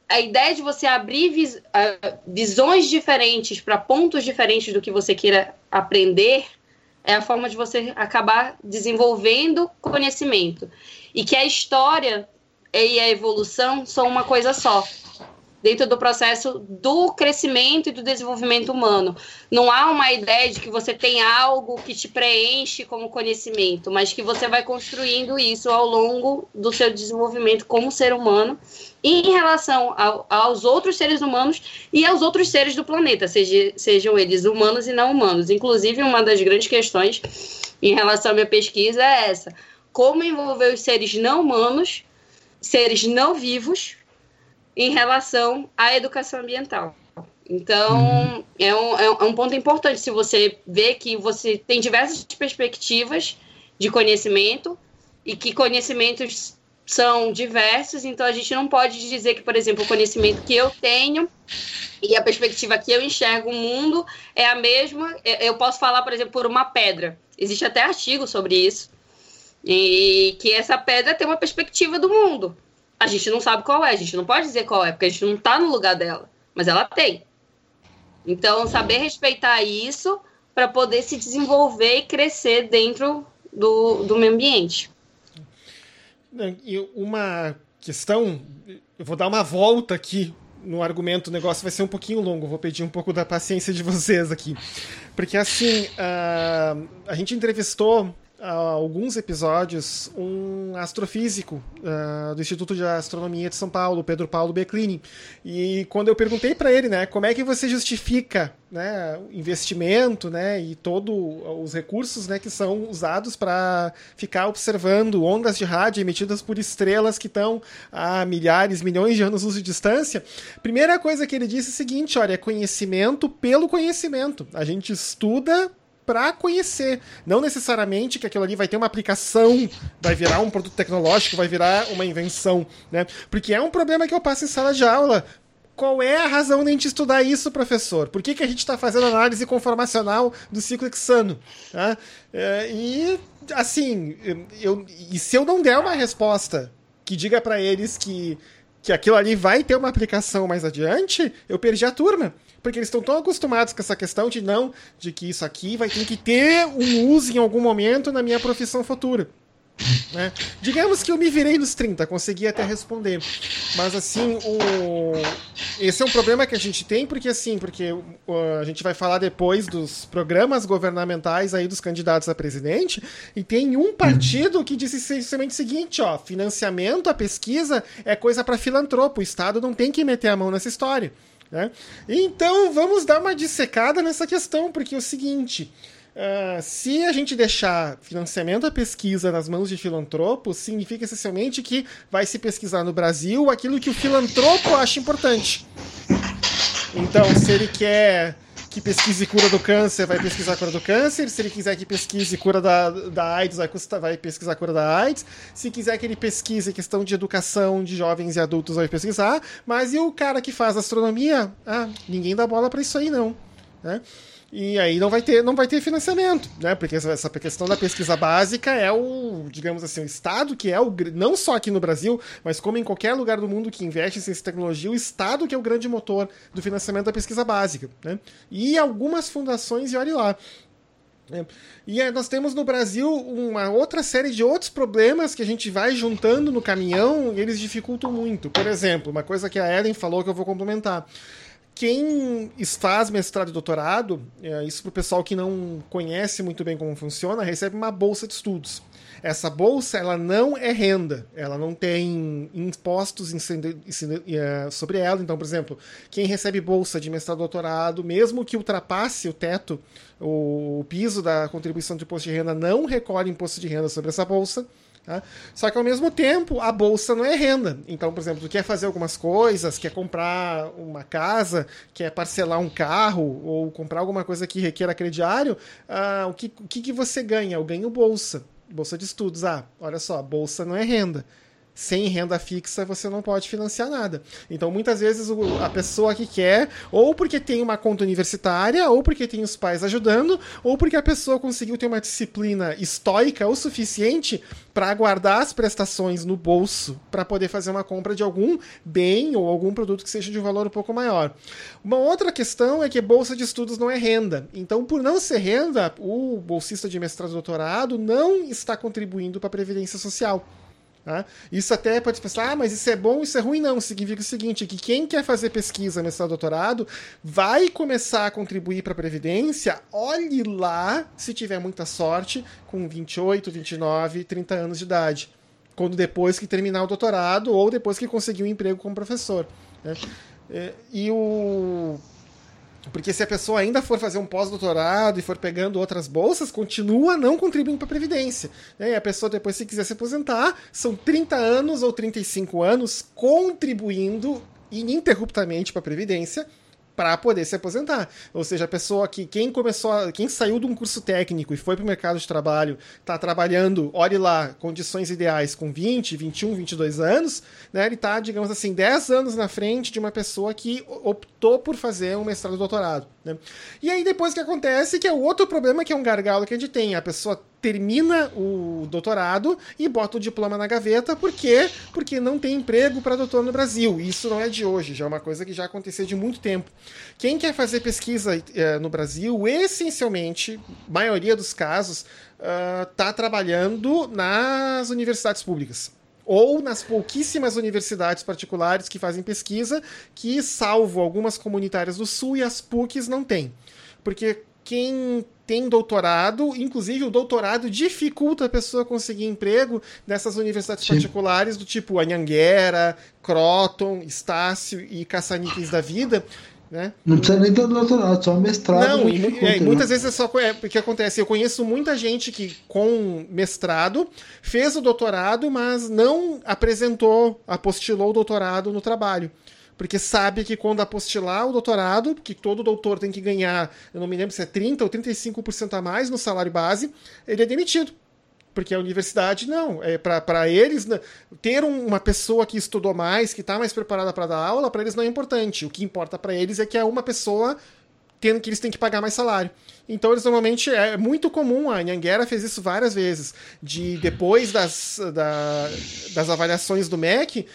a ideia de você abrir vis, uh, visões diferentes para pontos diferentes do que você queira aprender é a forma de você acabar desenvolvendo conhecimento. E que a história e a evolução são uma coisa só, dentro do processo do crescimento e do desenvolvimento humano. Não há uma ideia de que você tem algo que te preenche como conhecimento, mas que você vai construindo isso ao longo do seu desenvolvimento como ser humano, em relação ao, aos outros seres humanos e aos outros seres do planeta, seja, sejam eles humanos e não humanos. Inclusive, uma das grandes questões em relação à minha pesquisa é essa: como envolver os seres não humanos, seres não vivos, em relação à educação ambiental. Então, uhum. é, um, é um ponto importante se você vê que você tem diversas perspectivas de conhecimento e que conhecimentos são diversos, então a gente não pode dizer que, por exemplo, o conhecimento que eu tenho e a perspectiva que eu enxergo o mundo é a mesma. Eu posso falar, por exemplo, por uma pedra. Existe até artigo sobre isso, e que essa pedra tem uma perspectiva do mundo. A gente não sabe qual é, a gente não pode dizer qual é, porque a gente não está no lugar dela, mas ela tem. Então, saber respeitar isso para poder se desenvolver e crescer dentro do, do meio ambiente. E uma questão, eu vou dar uma volta aqui no argumento, o negócio vai ser um pouquinho longo, vou pedir um pouco da paciência de vocês aqui. Porque, assim, a, a gente entrevistou há alguns episódios um astrofísico uh, do Instituto de Astronomia de São Paulo, Pedro Paulo Beclini, e quando eu perguntei para ele, né, como é que você justifica, né, o investimento, né, e todos os recursos, né, que são usados para ficar observando ondas de rádio emitidas por estrelas que estão a milhares, milhões de anos-luz de distância, a primeira coisa que ele disse é o seguinte: olha, é conhecimento pelo conhecimento. A gente estuda para conhecer, não necessariamente que aquilo ali vai ter uma aplicação, vai virar um produto tecnológico, vai virar uma invenção, né? Porque é um problema que eu passo em sala de aula. Qual é a razão de a gente estudar isso, professor? Por que, que a gente está fazendo análise conformacional do ciclo hexano? Tá? É, e, assim, eu, e se eu não der uma resposta que diga para eles que, que aquilo ali vai ter uma aplicação mais adiante, eu perdi a turma. Porque eles estão tão acostumados com essa questão de não, de que isso aqui vai ter que ter um uso em algum momento na minha profissão futura. Né? Digamos que eu me virei nos trinta, consegui até responder. Mas assim, o... esse é um problema que a gente tem, porque assim, porque uh, a gente vai falar depois dos programas governamentais aí dos candidatos a presidente, e tem um partido que disse essencialmente o seguinte: ó, financiamento, a pesquisa é coisa para filantropo, o Estado não tem que meter a mão nessa história. Né? Então vamos dar uma dissecada nessa questão, porque é o seguinte: uh, se a gente deixar financiamento à pesquisa nas mãos de filantropos, significa essencialmente que vai se pesquisar no Brasil aquilo que o filantropo acha importante. Então, se ele quer que pesquise cura do câncer, vai pesquisar cura do câncer. Se ele quiser que pesquise cura da, da AIDS, vai, vai pesquisar cura da AIDS. Se quiser que ele pesquise questão de educação de jovens e adultos, vai pesquisar. Mas e o cara que faz astronomia? Ah, ninguém dá bola para isso aí, não. Né? E aí não vai ter, não vai ter financiamento, né? Porque essa, essa questão da pesquisa básica é o, digamos assim, o Estado que é o, não só aqui no Brasil, mas como em qualquer lugar do mundo que investe em ciência e tecnologia, o Estado que é o grande motor do financiamento da pesquisa básica, né? E algumas fundações, e olhe lá. É. E nós temos no Brasil uma outra série de outros problemas que a gente vai juntando no caminhão e eles dificultam muito. Por exemplo, uma coisa que a Ellen falou que eu vou complementar. Quem faz mestrado e doutorado, isso para o pessoal que não conhece muito bem como funciona, recebe uma bolsa de estudos. Essa bolsa, ela não é renda, ela não tem impostos sobre ela. Então, por exemplo, quem recebe bolsa de mestrado e doutorado, mesmo que ultrapasse o teto, o piso da contribuição de imposto de renda, não recolhe imposto de renda sobre essa bolsa. Tá? Só que ao mesmo tempo a bolsa não é renda. Então, por exemplo, tu quer fazer algumas coisas, quer comprar uma casa, quer parcelar um carro ou comprar alguma coisa que requer crediário, ah, o, que, o que, que você ganha? Eu ganho bolsa, bolsa de estudos. Ah, olha só, a bolsa não é renda. sem renda fixa você não pode financiar nada. Então, muitas vezes, a pessoa que quer, ou porque tem uma conta universitária, ou porque tem os pais ajudando, ou porque a pessoa conseguiu ter uma disciplina estoica o suficiente para guardar as prestações no bolso para poder fazer uma compra de algum bem ou algum produto que seja de um valor um pouco maior. Uma outra questão é que bolsa de estudos não é renda. Então, por não ser renda, o bolsista de mestrado e doutorado não está contribuindo para a Previdência Social. Tá? Isso até pode pensar, ah, mas isso é bom, isso é ruim. Não, significa o seguinte, que quem quer fazer pesquisa, mestrado, doutorado, vai começar a contribuir para a Previdência, olhe lá, se tiver muita sorte, com vinte e oito, vinte e nove, trinta anos de idade, quando depois que terminar o doutorado ou depois que conseguir um emprego como professor. Né? E o... Porque se a pessoa ainda for fazer um pós-doutorado e for pegando outras bolsas, continua não contribuindo para a Previdência. E a pessoa depois, se quiser se aposentar, são trinta anos ou trinta e cinco anos contribuindo ininterruptamente para a Previdência para poder se aposentar. Ou seja, a pessoa que, quem começou, a, quem saiu de um curso técnico e foi para o mercado de trabalho, está trabalhando, olhe lá, condições ideais com vinte, vinte e um, vinte e dois anos, né, ele está, digamos assim, dez anos na frente de uma pessoa que optou por fazer um mestrado e doutorado. Né? E aí depois o que acontece, que é o outro problema, que é um gargalo que a gente tem, a pessoa termina o doutorado e bota o diploma na gaveta. Por quê? Porque não tem emprego para doutor no Brasil. Isso não é de hoje, já é uma coisa que já aconteceu de muito tempo. Quem quer fazer pesquisa eh, no Brasil, essencialmente, maioria dos casos, está uh, trabalhando nas universidades públicas. Ou nas pouquíssimas universidades particulares que fazem pesquisa, que, salvo algumas comunitárias do Sul e as P U Cs, não tem. Porque quem tem doutorado, inclusive o doutorado dificulta a pessoa conseguir emprego nessas universidades Sim. particulares do tipo Anhanguera, Croton, Estácio e Caça-Níqueis da vida. Né? Não precisa nem ter doutorado, só mestrado. Não, e, é, muitas vezes é só é, porque acontece. Eu conheço muita gente que com mestrado fez o doutorado, mas não apresentou, apostilou o doutorado no trabalho. Porque sabe que quando apostilar o doutorado, que todo doutor tem que ganhar, eu não me lembro se é trinta ou trinta e cinco por cento a mais no salário base, ele é demitido. Porque a universidade, não. É para eles, ter um, uma pessoa que estudou mais, que está mais preparada para dar aula, para eles não é importante. O que importa para eles é que é uma pessoa tendo que eles têm que pagar mais salário. Então, eles normalmente, é muito comum, a Anhanguera fez isso várias vezes, de depois das, da, das avaliações do M E C,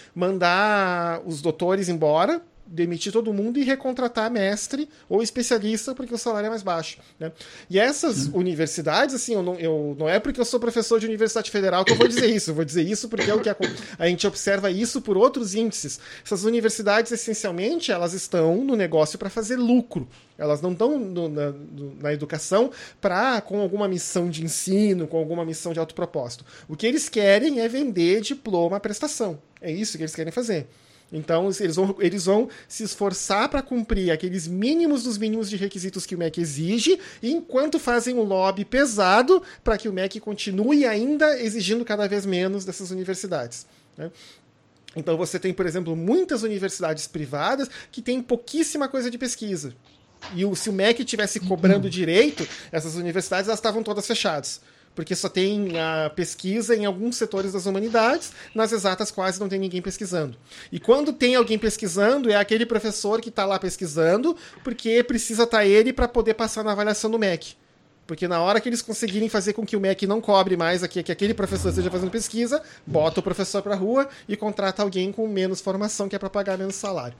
mandar os doutores embora, demitir todo mundo e recontratar mestre ou especialista, porque o salário é mais baixo. Né? E essas Sim. universidades, assim, eu não, eu, não é porque eu sou professor de universidade federal que eu vou dizer isso, eu vou dizer isso porque é o que a, a gente observa isso por outros índices. Essas universidades, essencialmente, elas estão no negócio para fazer lucro. Elas não estão no, na, no, na educação pra, com alguma missão de ensino, com alguma missão de autopropósito. O que eles querem é vender diploma à prestação. É isso que eles querem fazer. Então, eles vão, eles vão se esforçar para cumprir aqueles mínimos dos mínimos de requisitos que o M E C exige, enquanto fazem um lobby pesado para que o M E C continue ainda exigindo cada vez menos dessas universidades. Né? Então, você tem, por exemplo, muitas universidades privadas que têm pouquíssima coisa de pesquisa. E o, se o M E C estivesse cobrando direito, essas universidades elas estavam todas fechadas. Porque só tem a pesquisa em alguns setores das humanidades, nas exatas quase não tem ninguém pesquisando. E quando tem alguém pesquisando, é aquele professor que está lá pesquisando, porque precisa estar ele para poder passar na avaliação do M E C. Porque na hora que eles conseguirem fazer com que o M E C não cobre mais aqui, que aquele professor esteja fazendo pesquisa, bota o professor para a rua e contrata alguém com menos formação, que é para pagar menos salário.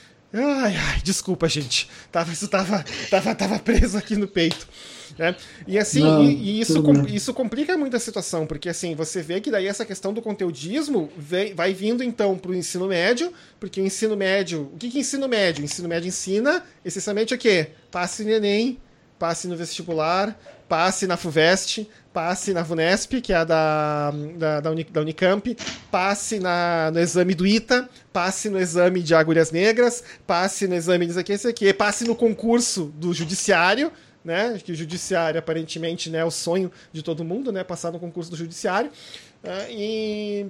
Ai, ai, desculpa, gente. Tava, isso tava, tava, tava preso aqui no peito. Né? E assim, Não, e, e isso, com, isso complica muito a situação, porque assim, você vê que daí essa questão do conteudismo vem, vai vindo então para o ensino médio, porque o ensino médio... O que que é ensino médio? O ensino médio ensina essencialmente o quê? Passe no Enem, passe no vestibular, passe na FUVEST, passe na VUNESP, que é a da, da, da, Uni, da Unicamp, passe na, no exame do I T A, passe no exame de Agulhas Negras, passe no exame disso aqui, isso aqui, passe no concurso do judiciário, né, que o judiciário aparentemente, né, é o sonho de todo mundo, né, passar no concurso do judiciário, uh, e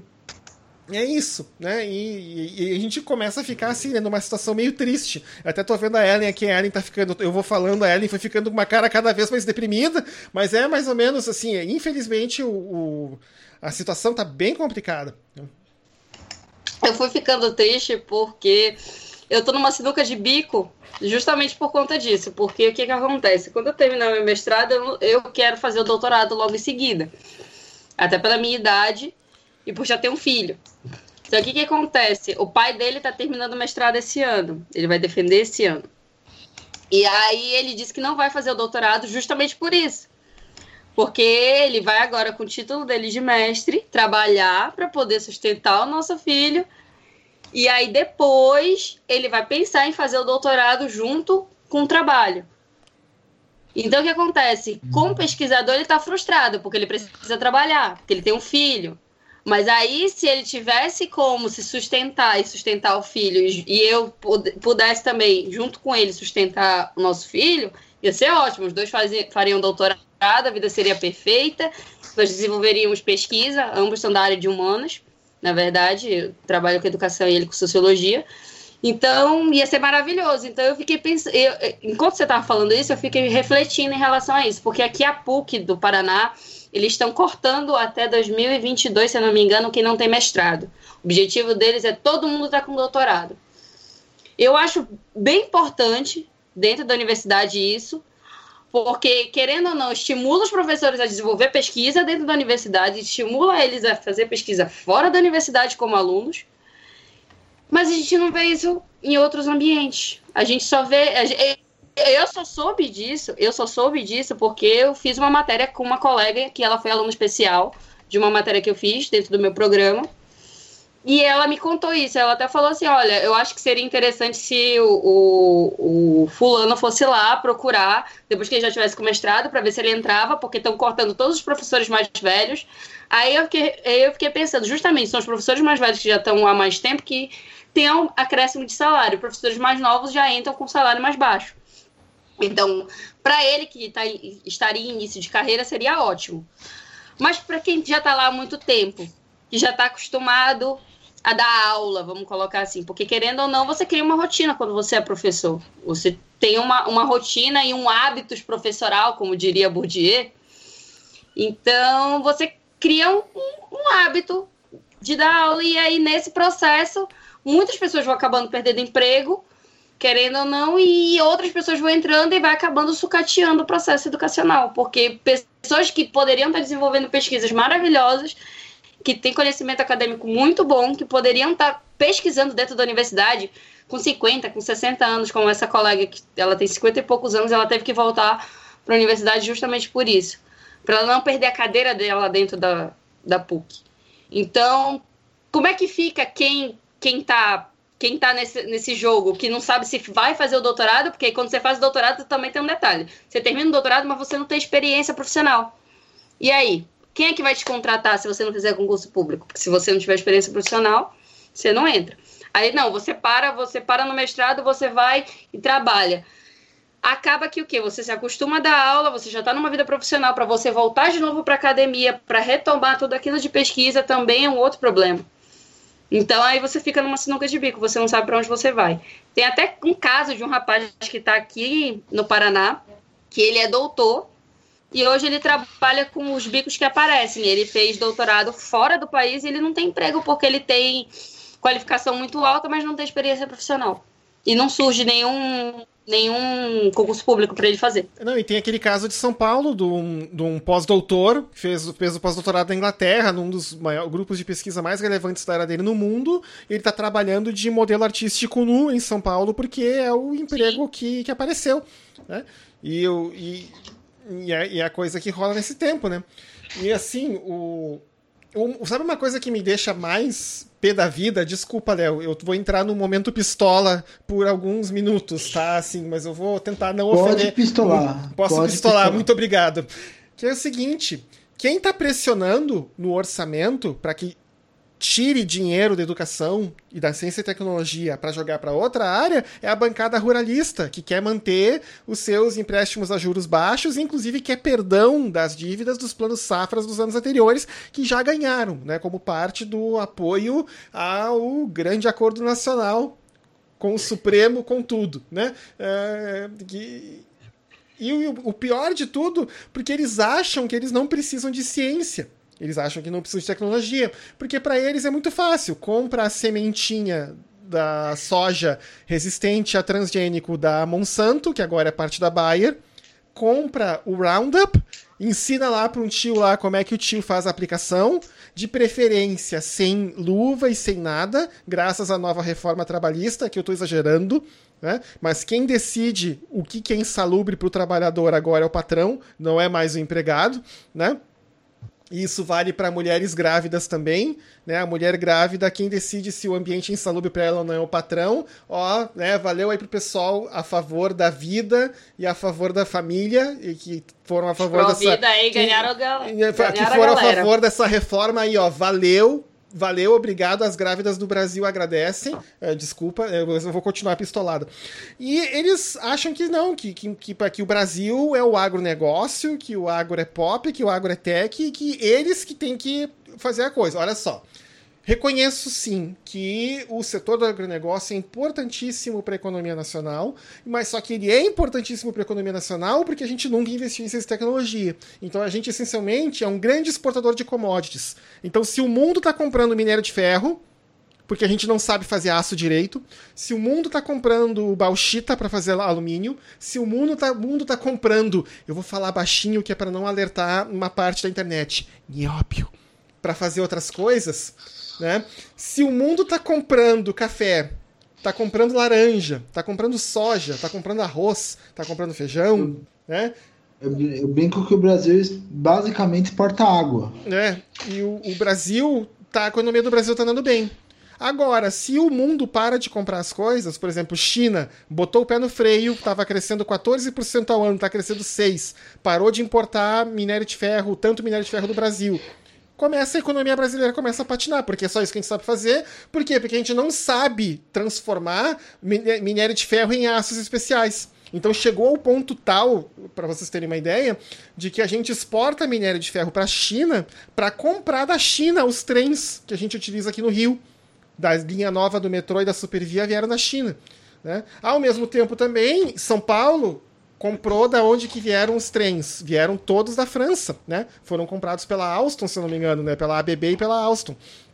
é isso, né, e, e, e a gente começa a ficar assim, né, numa situação meio triste. Eu até tô vendo a Ellen aqui, a Ellen tá ficando, eu vou falando, a Ellen foi ficando com uma cara cada vez mais deprimida, mas é mais ou menos assim, infelizmente o, o, a situação tá bem complicada, né? eu fui ficando triste porque eu tô numa sinuca de bico justamente por conta disso. Porque o que que acontece? Quando eu terminar meu mestrado, eu, eu quero fazer o doutorado logo em seguida. Até pela minha idade e por já ter um filho. Então, o que que acontece? O pai dele tá terminando o mestrado esse ano. Ele vai defender esse ano. E aí ele disse que não vai fazer o doutorado justamente por isso. Porque ele vai agora, com o título dele de mestre, trabalhar para poder sustentar o nosso filho. E aí depois ele vai pensar em fazer o doutorado junto com o trabalho. Então o que acontece? Como pesquisador ele está frustrado, porque ele precisa trabalhar, porque ele tem um filho. Mas aí se ele tivesse como se sustentar e sustentar o filho, e eu pudesse também, junto com ele, sustentar o nosso filho, ia ser ótimo. Os dois faziam, fariam doutorado, a vida seria perfeita, nós desenvolveríamos pesquisa, ambos são da área de humanas, na verdade, eu trabalho com educação e ele com sociologia. Então, ia ser maravilhoso. Então, eu fiquei pensando... Eu, enquanto você estava falando isso, eu fiquei refletindo em relação a isso. Porque aqui a PUC do Paraná, eles estão cortando até dois mil e vinte e dois, se eu não me engano, quem não tem mestrado. O objetivo deles é todo mundo estar com doutorado. Eu acho bem importante, dentro da universidade, isso. Porque, querendo ou não, estimula os professores a desenvolver pesquisa dentro da universidade, estimula eles a fazer pesquisa fora da universidade como alunos. Mas a gente não vê isso em outros ambientes. A gente só vê... Eu só soube disso, eu só soube disso porque eu fiz uma matéria com uma colega, que ela foi aluna especial de uma matéria que eu fiz dentro do meu programa. E ela me contou isso. Ela até falou assim, olha, eu acho que seria interessante se o, o, o fulano fosse lá procurar, depois que ele já tivesse com mestrado, para ver se ele entrava, porque estão cortando todos os professores mais velhos. Aí eu fiquei, eu fiquei pensando, justamente, são os professores mais velhos que já estão há mais tempo que tem um acréscimo de salário. Professores mais novos já entram com salário mais baixo. Então, para ele que tá, estaria em início de carreira, seria ótimo. Mas para quem já está lá há muito tempo, que já está acostumado a dar aula, vamos colocar assim, porque querendo ou não, você cria uma rotina quando você é professor. Você tem uma, uma rotina e um hábitos professoral, como diria Bourdieu. Então, você cria um, um hábito de dar aula e aí, nesse processo, muitas pessoas vão acabando perdendo emprego, querendo ou não, e outras pessoas vão entrando e vai acabando sucateando o processo educacional, porque pessoas que poderiam estar desenvolvendo pesquisas maravilhosas, que têm conhecimento acadêmico muito bom, que poderiam estar pesquisando dentro da universidade com cinquenta, com sessenta anos, como essa colega, que ela tem cinquenta e poucos anos, ela teve que voltar para a universidade justamente por isso, para ela não perder a cadeira dela dentro da, da PUC. Então, como é que fica quem quem está quem tá nesse, nesse jogo, que não sabe se vai fazer o doutorado, porque quando você faz o doutorado também tem um detalhe. Você termina o doutorado, mas você não tem experiência profissional. E aí? Quem é que vai te contratar se você não fizer concurso público? Porque se você não tiver experiência profissional, você não entra. Aí não, você para, você para no mestrado, você vai e trabalha. Acaba que o quê? Você se acostuma a dar aula, você já está numa vida profissional, para você voltar de novo para a academia, para retomar tudo aquilo de pesquisa, também é um outro problema. Então aí você fica numa sinuca de bico, você não sabe para onde você vai. Tem até um caso de um rapaz que está aqui no Paraná, que ele é doutor, e hoje ele trabalha com os bicos que aparecem. Ele fez doutorado fora do país e ele não tem emprego porque ele tem qualificação muito alta, mas não tem experiência profissional. E não surge nenhum, nenhum concurso público para ele fazer. Não, e tem aquele caso de São Paulo, de um, de um pós-doutor, que fez, fez o pós-doutorado na Inglaterra, num dos maiores, grupos de pesquisa mais relevantes da área dele no mundo. Ele está trabalhando de modelo artístico nu em São Paulo, porque é o emprego que, que apareceu, né? E, eu, e, e, é, e é a coisa que rola nesse tempo, né? E assim, o... O, sabe uma coisa que me deixa mais pé da vida? Desculpa, Léo, eu vou entrar no momento pistola por alguns minutos, tá? Assim, mas eu vou tentar não Pode ofender. Pistolar. Posso Pode pistolar, pistolar, muito obrigado. Que é o seguinte, quem tá pressionando no orçamento para que tire dinheiro da educação e da ciência e tecnologia para jogar para outra área é a bancada ruralista, que quer manter os seus empréstimos a juros baixos e inclusive quer perdão das dívidas dos planos safras dos anos anteriores, que já ganharam, né, como parte do apoio ao grande acordo nacional com o Supremo, com tudo, né? É, que... E o, o pior de tudo, porque eles acham que eles não precisam de ciência. Eles acham que não precisam de tecnologia, porque para eles é muito fácil. Compra a sementinha da soja resistente a transgênico da Monsanto, que agora é parte da Bayer, compra o Roundup, ensina lá para um tio lá como é que o tio faz a aplicação, de preferência sem luva e sem nada, graças à nova reforma trabalhista, que eu estou exagerando, né? Mas quem decide o que é insalubre para o trabalhador agora é o patrão, não é mais o empregado, né? Isso vale para mulheres grávidas também, né? A mulher grávida, quem decide se o ambiente é insalubre para ela ou não é o patrão. Ó, né? Valeu aí pro pessoal a favor da vida e a favor da família, e que foram a favor Pro dessa... vida aí, ganharam, que, ganharam que foram a, a favor dessa reforma aí, ó. Valeu. Valeu, obrigado, as grávidas do Brasil agradecem. É, desculpa, eu vou continuar pistolado. E eles acham que não, que, que, que, que o Brasil é o agronegócio, que o agro é pop, que o agro é tech, e que eles que têm que fazer a coisa. Olha só. Reconheço, sim, que o setor do agronegócio é importantíssimo para a economia nacional, mas só que ele é importantíssimo para a economia nacional porque a gente nunca investiu em ciência e tecnologia. Então a gente, essencialmente, é um grande exportador de commodities. Então, se o mundo está comprando minério de ferro, porque a gente não sabe fazer aço direito, se o mundo está comprando bauxita para fazer alumínio, se o mundo está mundo tá comprando, eu vou falar baixinho que é para não alertar uma parte da internet, nióbio, para fazer outras coisas... Né? Se o mundo está comprando café, está comprando laranja, está comprando soja, está comprando arroz, está comprando feijão, eu, né? Eu, eu brinco que o Brasil basicamente exporta água. É, e o, o Brasil, tá, a economia do Brasil está andando bem. Agora, se o mundo para de comprar as coisas, por exemplo, China botou o pé no freio, estava crescendo quatorze por cento ao ano, está crescendo seis por cento, parou de importar minério de ferro, tanto minério de ferro do Brasil. Começa a economia brasileira começa a patinar, porque é só isso que a gente sabe fazer. Por quê? Porque a gente não sabe transformar minério de ferro em aços especiais. Então chegou ao ponto tal, para vocês terem uma ideia, de que a gente exporta minério de ferro para a China para comprar da China os trens que a gente utiliza aqui no Rio. Da linha nova do metrô e da Supervia vieram da China. Né? Ao mesmo tempo também, São Paulo... comprou da onde que vieram os trens. Vieram todos da França, né? Foram comprados pela Alstom, se eu não me engano, né? Pela A B B e pela Alstom.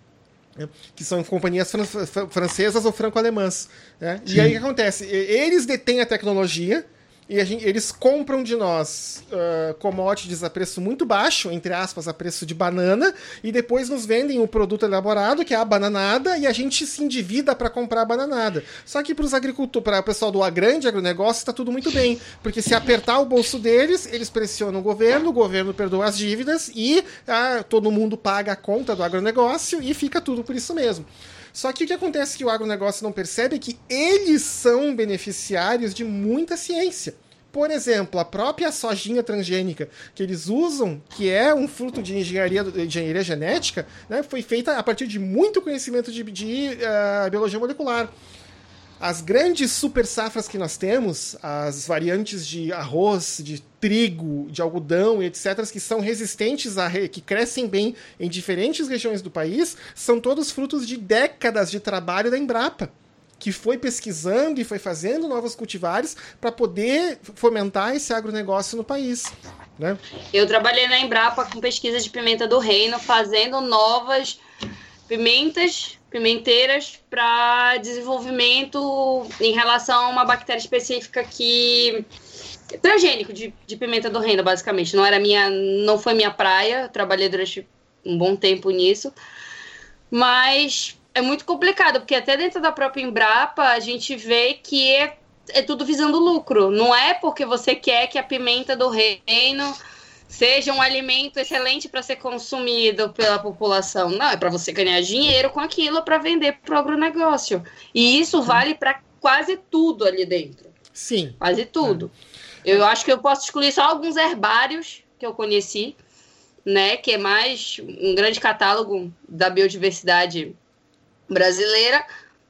Né? Que são companhias fran- francesas ou franco-alemãs. Né? E aí o que acontece? Eles detêm a tecnologia e a gente, eles compram de nós uh, commodities a preço muito baixo, entre aspas, a preço de banana, e depois nos vendem o produto elaborado, que é a bananada, e a gente se endivida para comprar a bananada. Só que para os agricultores, para o pessoal do grande agronegócio, está tudo muito bem, porque se apertar o bolso deles, eles pressionam o governo, o governo perdoa as dívidas e ah, todo mundo paga a conta do agronegócio e fica tudo por isso mesmo. Só que o que acontece que o agronegócio não percebe é que eles são beneficiários de muita ciência. Por exemplo, a própria sojinha transgênica que eles usam, que é um fruto de engenharia, de engenharia genética, né, foi feita a partir de muito conhecimento de, de uh, biologia molecular. As grandes super safras que nós temos, as variantes de arroz, de trigo, de algodão e etcétera, que são resistentes, a re... que crescem bem em diferentes regiões do país, são todos frutos de décadas de trabalho da Embrapa, que foi pesquisando e foi fazendo novos cultivares para poder fomentar esse agronegócio no país. Né? Eu trabalhei na Embrapa com pesquisa de pimenta do reino, fazendo novas pimentas, pimenteiras para desenvolvimento em relação a uma bactéria específica que... transgênico de, de pimenta do reino, basicamente. Não era minha, não foi minha praia, eu trabalhei durante um bom tempo nisso, mas é muito complicado, porque até dentro da própria Embrapa a gente vê que é, é tudo visando lucro. Não é porque você quer que a pimenta do reino seja um alimento excelente para ser consumido pela população. Não, é para você ganhar dinheiro com aquilo para vender para o agronegócio. E isso vale para quase tudo ali dentro. Sim. Quase tudo. É. Eu acho que eu posso excluir só alguns herbários que eu conheci, né, que é mais um grande catálogo da biodiversidade brasileira,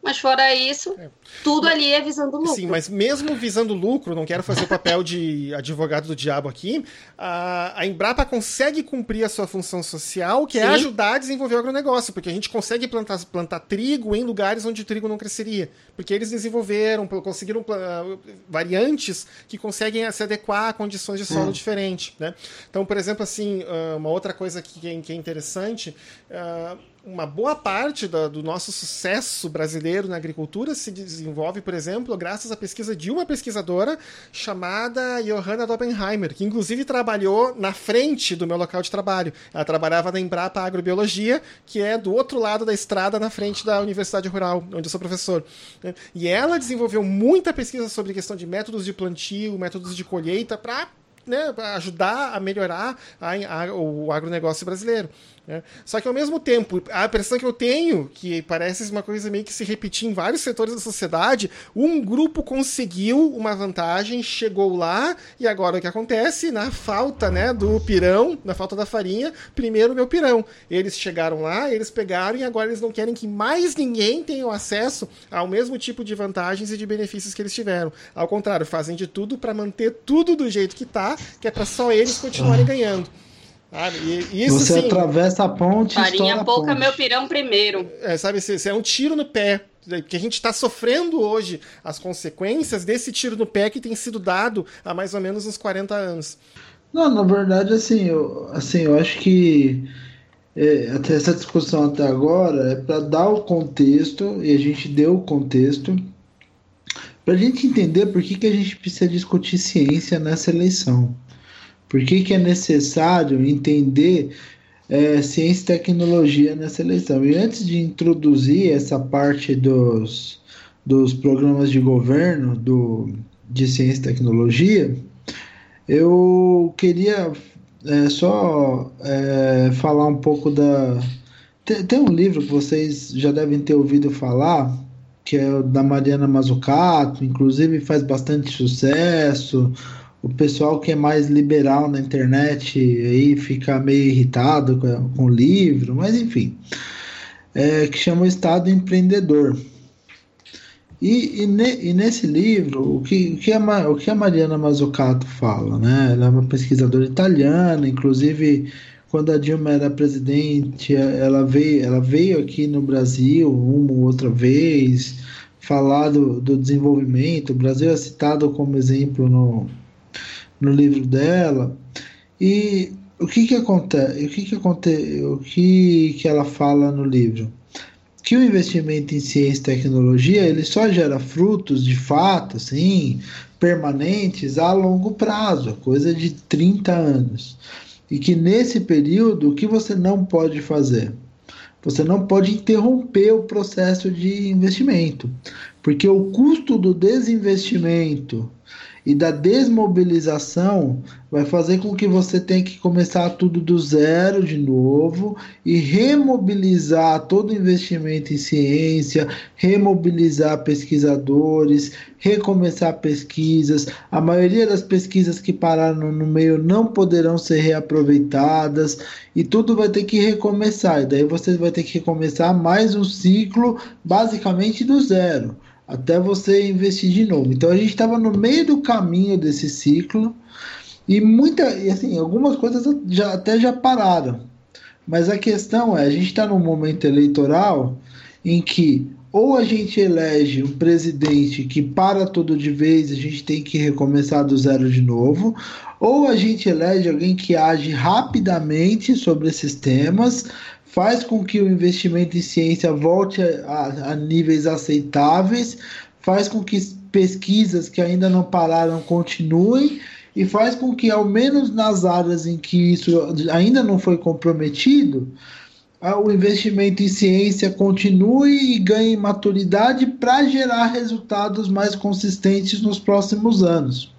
Mas fora isso, é. tudo ali é visando lucro. Sim, mas mesmo visando lucro, não quero fazer o papel de advogado do diabo aqui, a, a Embrapa consegue cumprir a sua função social, que Sim. é ajudar a desenvolver o agronegócio, porque a gente consegue plantar, plantar trigo em lugares onde o trigo não cresceria, porque eles desenvolveram, conseguiram uh, variantes que conseguem se adequar a condições de solo hum. diferentes, né? Então, por exemplo, assim, uh, uma outra coisa que é, que é interessante, uh, uma boa parte do, do nosso sucesso brasileiro na agricultura se desenvolve, por exemplo, graças à pesquisa de uma pesquisadora chamada Johanna Dobenheimer, que inclusive trabalhou na frente do meu local de trabalho. Ela trabalhava na Embrapa Agrobiologia, que é do outro lado da estrada, na frente da Universidade Rural, onde eu sou professor. E ela desenvolveu muita pesquisa sobre questão de métodos de plantio, métodos de colheita, para né, ajudar a melhorar a, a, o agronegócio brasileiro. É. Só que ao mesmo tempo, a impressão que eu tenho, que parece uma coisa meio que se repetir em vários setores da sociedade, um grupo conseguiu uma vantagem, chegou lá, e agora o que acontece? Na falta, né, do pirão, na falta da farinha, primeiro o meu pirão. Eles chegaram lá, eles pegaram, e agora eles não querem que mais ninguém tenha acesso ao mesmo tipo de vantagens e de benefícios que eles tiveram. Ao contrário, fazem de tudo para manter tudo do jeito que tá, que é para só eles continuarem ganhando. Ah, e, isso, Você sim, atravessa a ponte, farinha pouca, ponte. meu pirão primeiro. É, sabe, isso é um tiro no pé. Porque a gente está sofrendo hoje as consequências desse tiro no pé que tem sido dado há mais ou menos uns quarenta anos. Não, na verdade, assim, eu, assim, eu acho que é, até essa discussão até agora é para dar o contexto, e a gente deu o contexto, para a gente entender por que, que a gente precisa discutir ciência nessa eleição. Por que, que é necessário entender é, ciência e tecnologia nessa eleição? E antes de introduzir essa parte dos, dos programas de governo do, de ciência e tecnologia, eu queria é, só é, falar um pouco da... Tem, tem um livro que vocês já devem ter ouvido falar, que é o da Mariana Mazzucato, inclusive faz bastante sucesso. O pessoal que é mais liberal na internet aí fica meio irritado com, com o livro, mas enfim, é, que chama O Estado Empreendedor. E, e, ne, e nesse livro, o que, o, que a, o que a Mariana Mazzucato fala, né? Ela é uma pesquisadora italiana, inclusive quando a Dilma era presidente, ela veio, ela veio aqui no Brasil uma ou outra vez falar do, do desenvolvimento. O Brasil é citado como exemplo no no livro dela. E o que que acontece? O que que acontece? O que que ela fala no livro? Que o investimento em ciência e tecnologia, ele só gera frutos de fato, assim, permanentes a longo prazo, coisa de trinta anos. E que nesse período, o que você não pode fazer? Você não pode interromper o processo de investimento, porque o custo do desinvestimento e da desmobilização vai fazer com que você tenha que começar tudo do zero de novo e remobilizar todo o investimento em ciência, remobilizar pesquisadores, recomeçar pesquisas. A maioria das pesquisas que pararam no meio não poderão ser reaproveitadas e tudo vai ter que recomeçar. E daí você vai ter que recomeçar mais um ciclo basicamente do zero, até você investir de novo. Então a gente estava no meio do caminho desse ciclo e muita, e assim, algumas coisas já, até já pararam. Mas a questão é, a gente está num momento eleitoral em que ou a gente elege um presidente que para tudo de vez, a gente tem que recomeçar do zero de novo, ou a gente elege alguém que age rapidamente sobre esses temas, faz com que o investimento em ciência volte a, a, a níveis aceitáveis, faz com que pesquisas que ainda não pararam continuem e faz com que, ao menos nas áreas em que isso ainda não foi comprometido, o investimento em ciência continue e ganhe maturidade para gerar resultados mais consistentes nos próximos anos.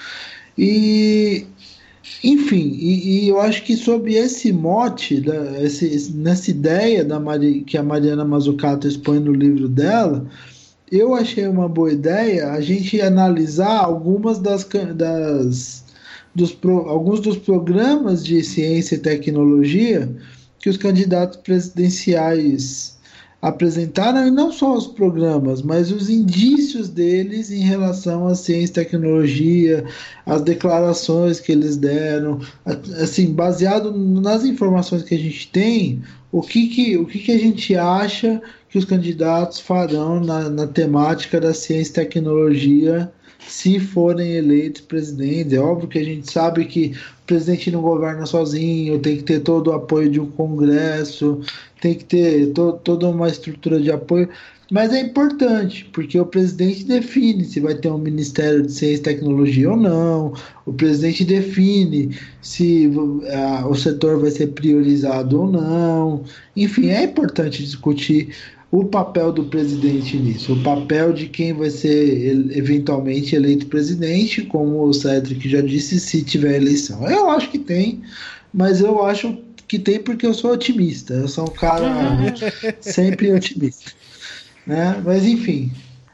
E... Enfim, e, e eu acho que sob esse mote, da, esse, nessa ideia da Mari, que a Mariana Mazzucato expõe no livro dela, eu achei uma boa ideia a gente analisar algumas das, das dos pro, alguns dos programas de ciência e tecnologia que os candidatos presidenciais apresentaram, e não só os programas, mas os indícios deles em relação à ciência e tecnologia, as declarações que eles deram, assim, baseado nas informações que a gente tem, o que, que, o que, que a gente acha que os candidatos farão na, na temática da ciência e tecnologia se forem eleitos presidentes. É óbvio que a gente sabe que o presidente não governa sozinho, tem que ter todo o apoio de um congresso, tem que ter to, toda uma estrutura de apoio, mas é importante, porque o presidente define se vai ter um Ministério de Ciência e Tecnologia ou não, o presidente define se uh, o setor vai ser priorizado ou não, enfim, é importante discutir o papel do presidente nisso, o papel de quem vai ser eventualmente eleito presidente, como o Cedric já disse, se tiver eleição. Eu acho que tem, mas eu acho que tem porque eu sou otimista, eu sou um cara sempre otimista, né? Mas enfim,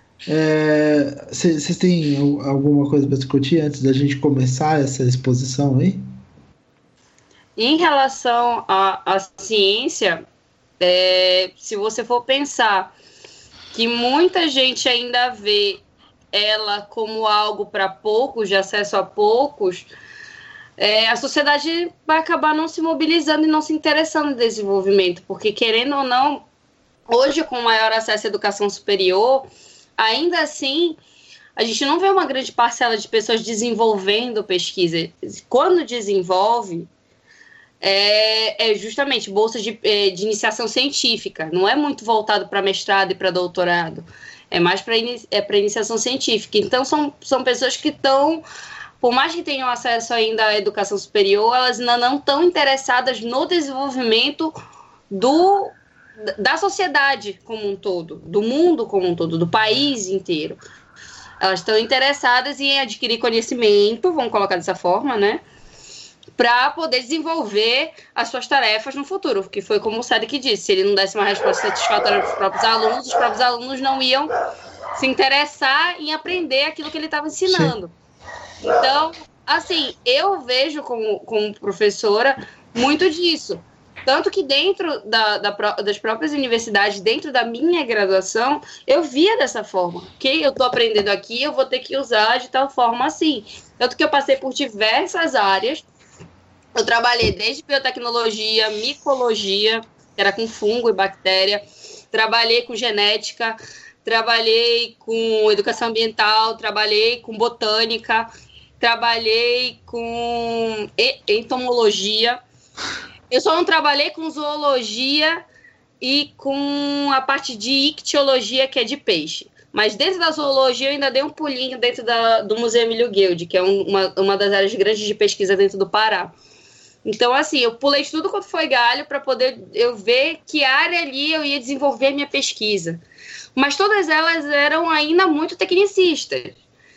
vocês é, têm alguma coisa para discutir antes da gente começar essa exposição aí? Em relação à, à ciência, É, se você for pensar que muita gente ainda vê ela como algo para poucos, de acesso a poucos, é, a sociedade vai acabar não se mobilizando e não se interessando no desenvolvimento, porque, querendo ou não, hoje, com maior acesso à educação superior, ainda assim, a gente não vê uma grande parcela de pessoas desenvolvendo pesquisa. Quando desenvolve, É, é justamente bolsa de, de iniciação científica, não é muito voltado para mestrado e para doutorado, é mais para é para iniciação científica. Então são, são pessoas que estão, por mais que tenham acesso ainda à educação superior, elas ainda não estão interessadas no desenvolvimento do, da sociedade como um todo, do mundo como um todo, do país inteiro. Elas estão interessadas em adquirir conhecimento, vamos colocar dessa forma, né? Para poder desenvolver as suas tarefas no futuro, que foi como o Cedric disse, se ele não desse uma resposta satisfatória para os próprios alunos, os próprios alunos não iam se interessar em aprender aquilo que ele estava ensinando. Sim. Então, assim, eu vejo como, como professora muito disso. Tanto que dentro da, da, das próprias universidades, dentro da minha graduação, eu via dessa forma. Que eu estou aprendendo aqui, eu vou ter que usar de tal forma assim. Tanto que eu passei por diversas áreas. Eu trabalhei desde biotecnologia, micologia, que era com fungo e bactéria, trabalhei com genética, trabalhei com educação ambiental, trabalhei com botânica, trabalhei com entomologia. Eu só não trabalhei com zoologia e com a parte de ictiologia, que é de peixe. Mas dentro da zoologia eu ainda dei um pulinho dentro da, do Museu Emílio Guild, que é um, uma, uma das áreas grandes de pesquisa dentro do Pará. Então, assim, eu pulei de tudo quanto foi galho para poder eu ver que área ali eu ia desenvolver a minha pesquisa. Mas todas elas eram ainda muito tecnicistas.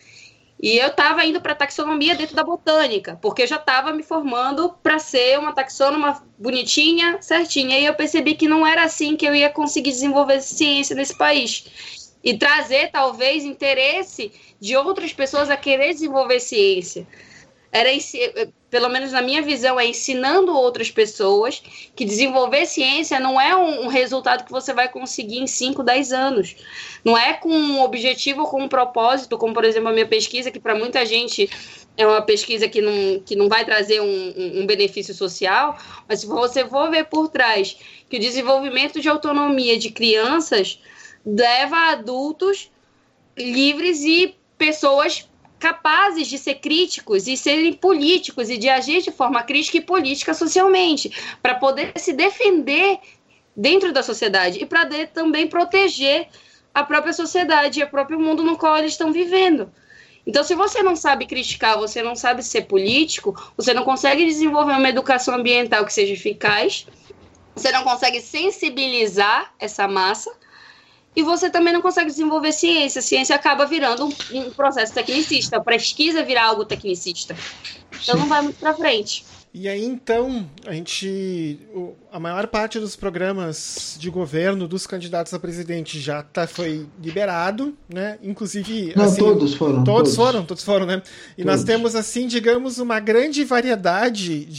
E eu estava indo para taxonomia dentro da botânica, porque eu já estava me formando para ser uma taxônoma bonitinha, certinha. E eu percebi que não era assim que eu ia conseguir desenvolver ciência nesse país. E trazer, talvez, interesse de outras pessoas a querer desenvolver ciência. Era, pelo menos na minha visão, é ensinando outras pessoas que desenvolver ciência não é um, um resultado que você vai conseguir em cinco, dez anos. Não é com um objetivo ou com um propósito, como, por exemplo, a minha pesquisa, que para muita gente é uma pesquisa que não, que não vai trazer um, um, um benefício social, mas se você for ver por trás que o desenvolvimento de autonomia de crianças leva a adultos livres e pessoas capazes de ser críticos e serem políticos e de agir de forma crítica e política socialmente, para poder se defender dentro da sociedade e para também proteger a própria sociedade e o próprio mundo no qual eles estão vivendo. Então, se você não sabe criticar, você não sabe ser político, você não consegue desenvolver uma educação ambiental que seja eficaz, você não consegue sensibilizar essa massa, e você também não consegue desenvolver ciência. A ciência acaba virando um, um processo tecnicista. A pesquisa vira algo tecnicista. Então não vai muito para frente. E aí, então, a gente... A maior parte dos programas de governo dos candidatos a presidente já tá, foi liberado, né? Inclusive... Não, assim, todos foram. Todos, todos foram, todos foram, né? E todos. Nós temos, assim, digamos, uma grande variedade de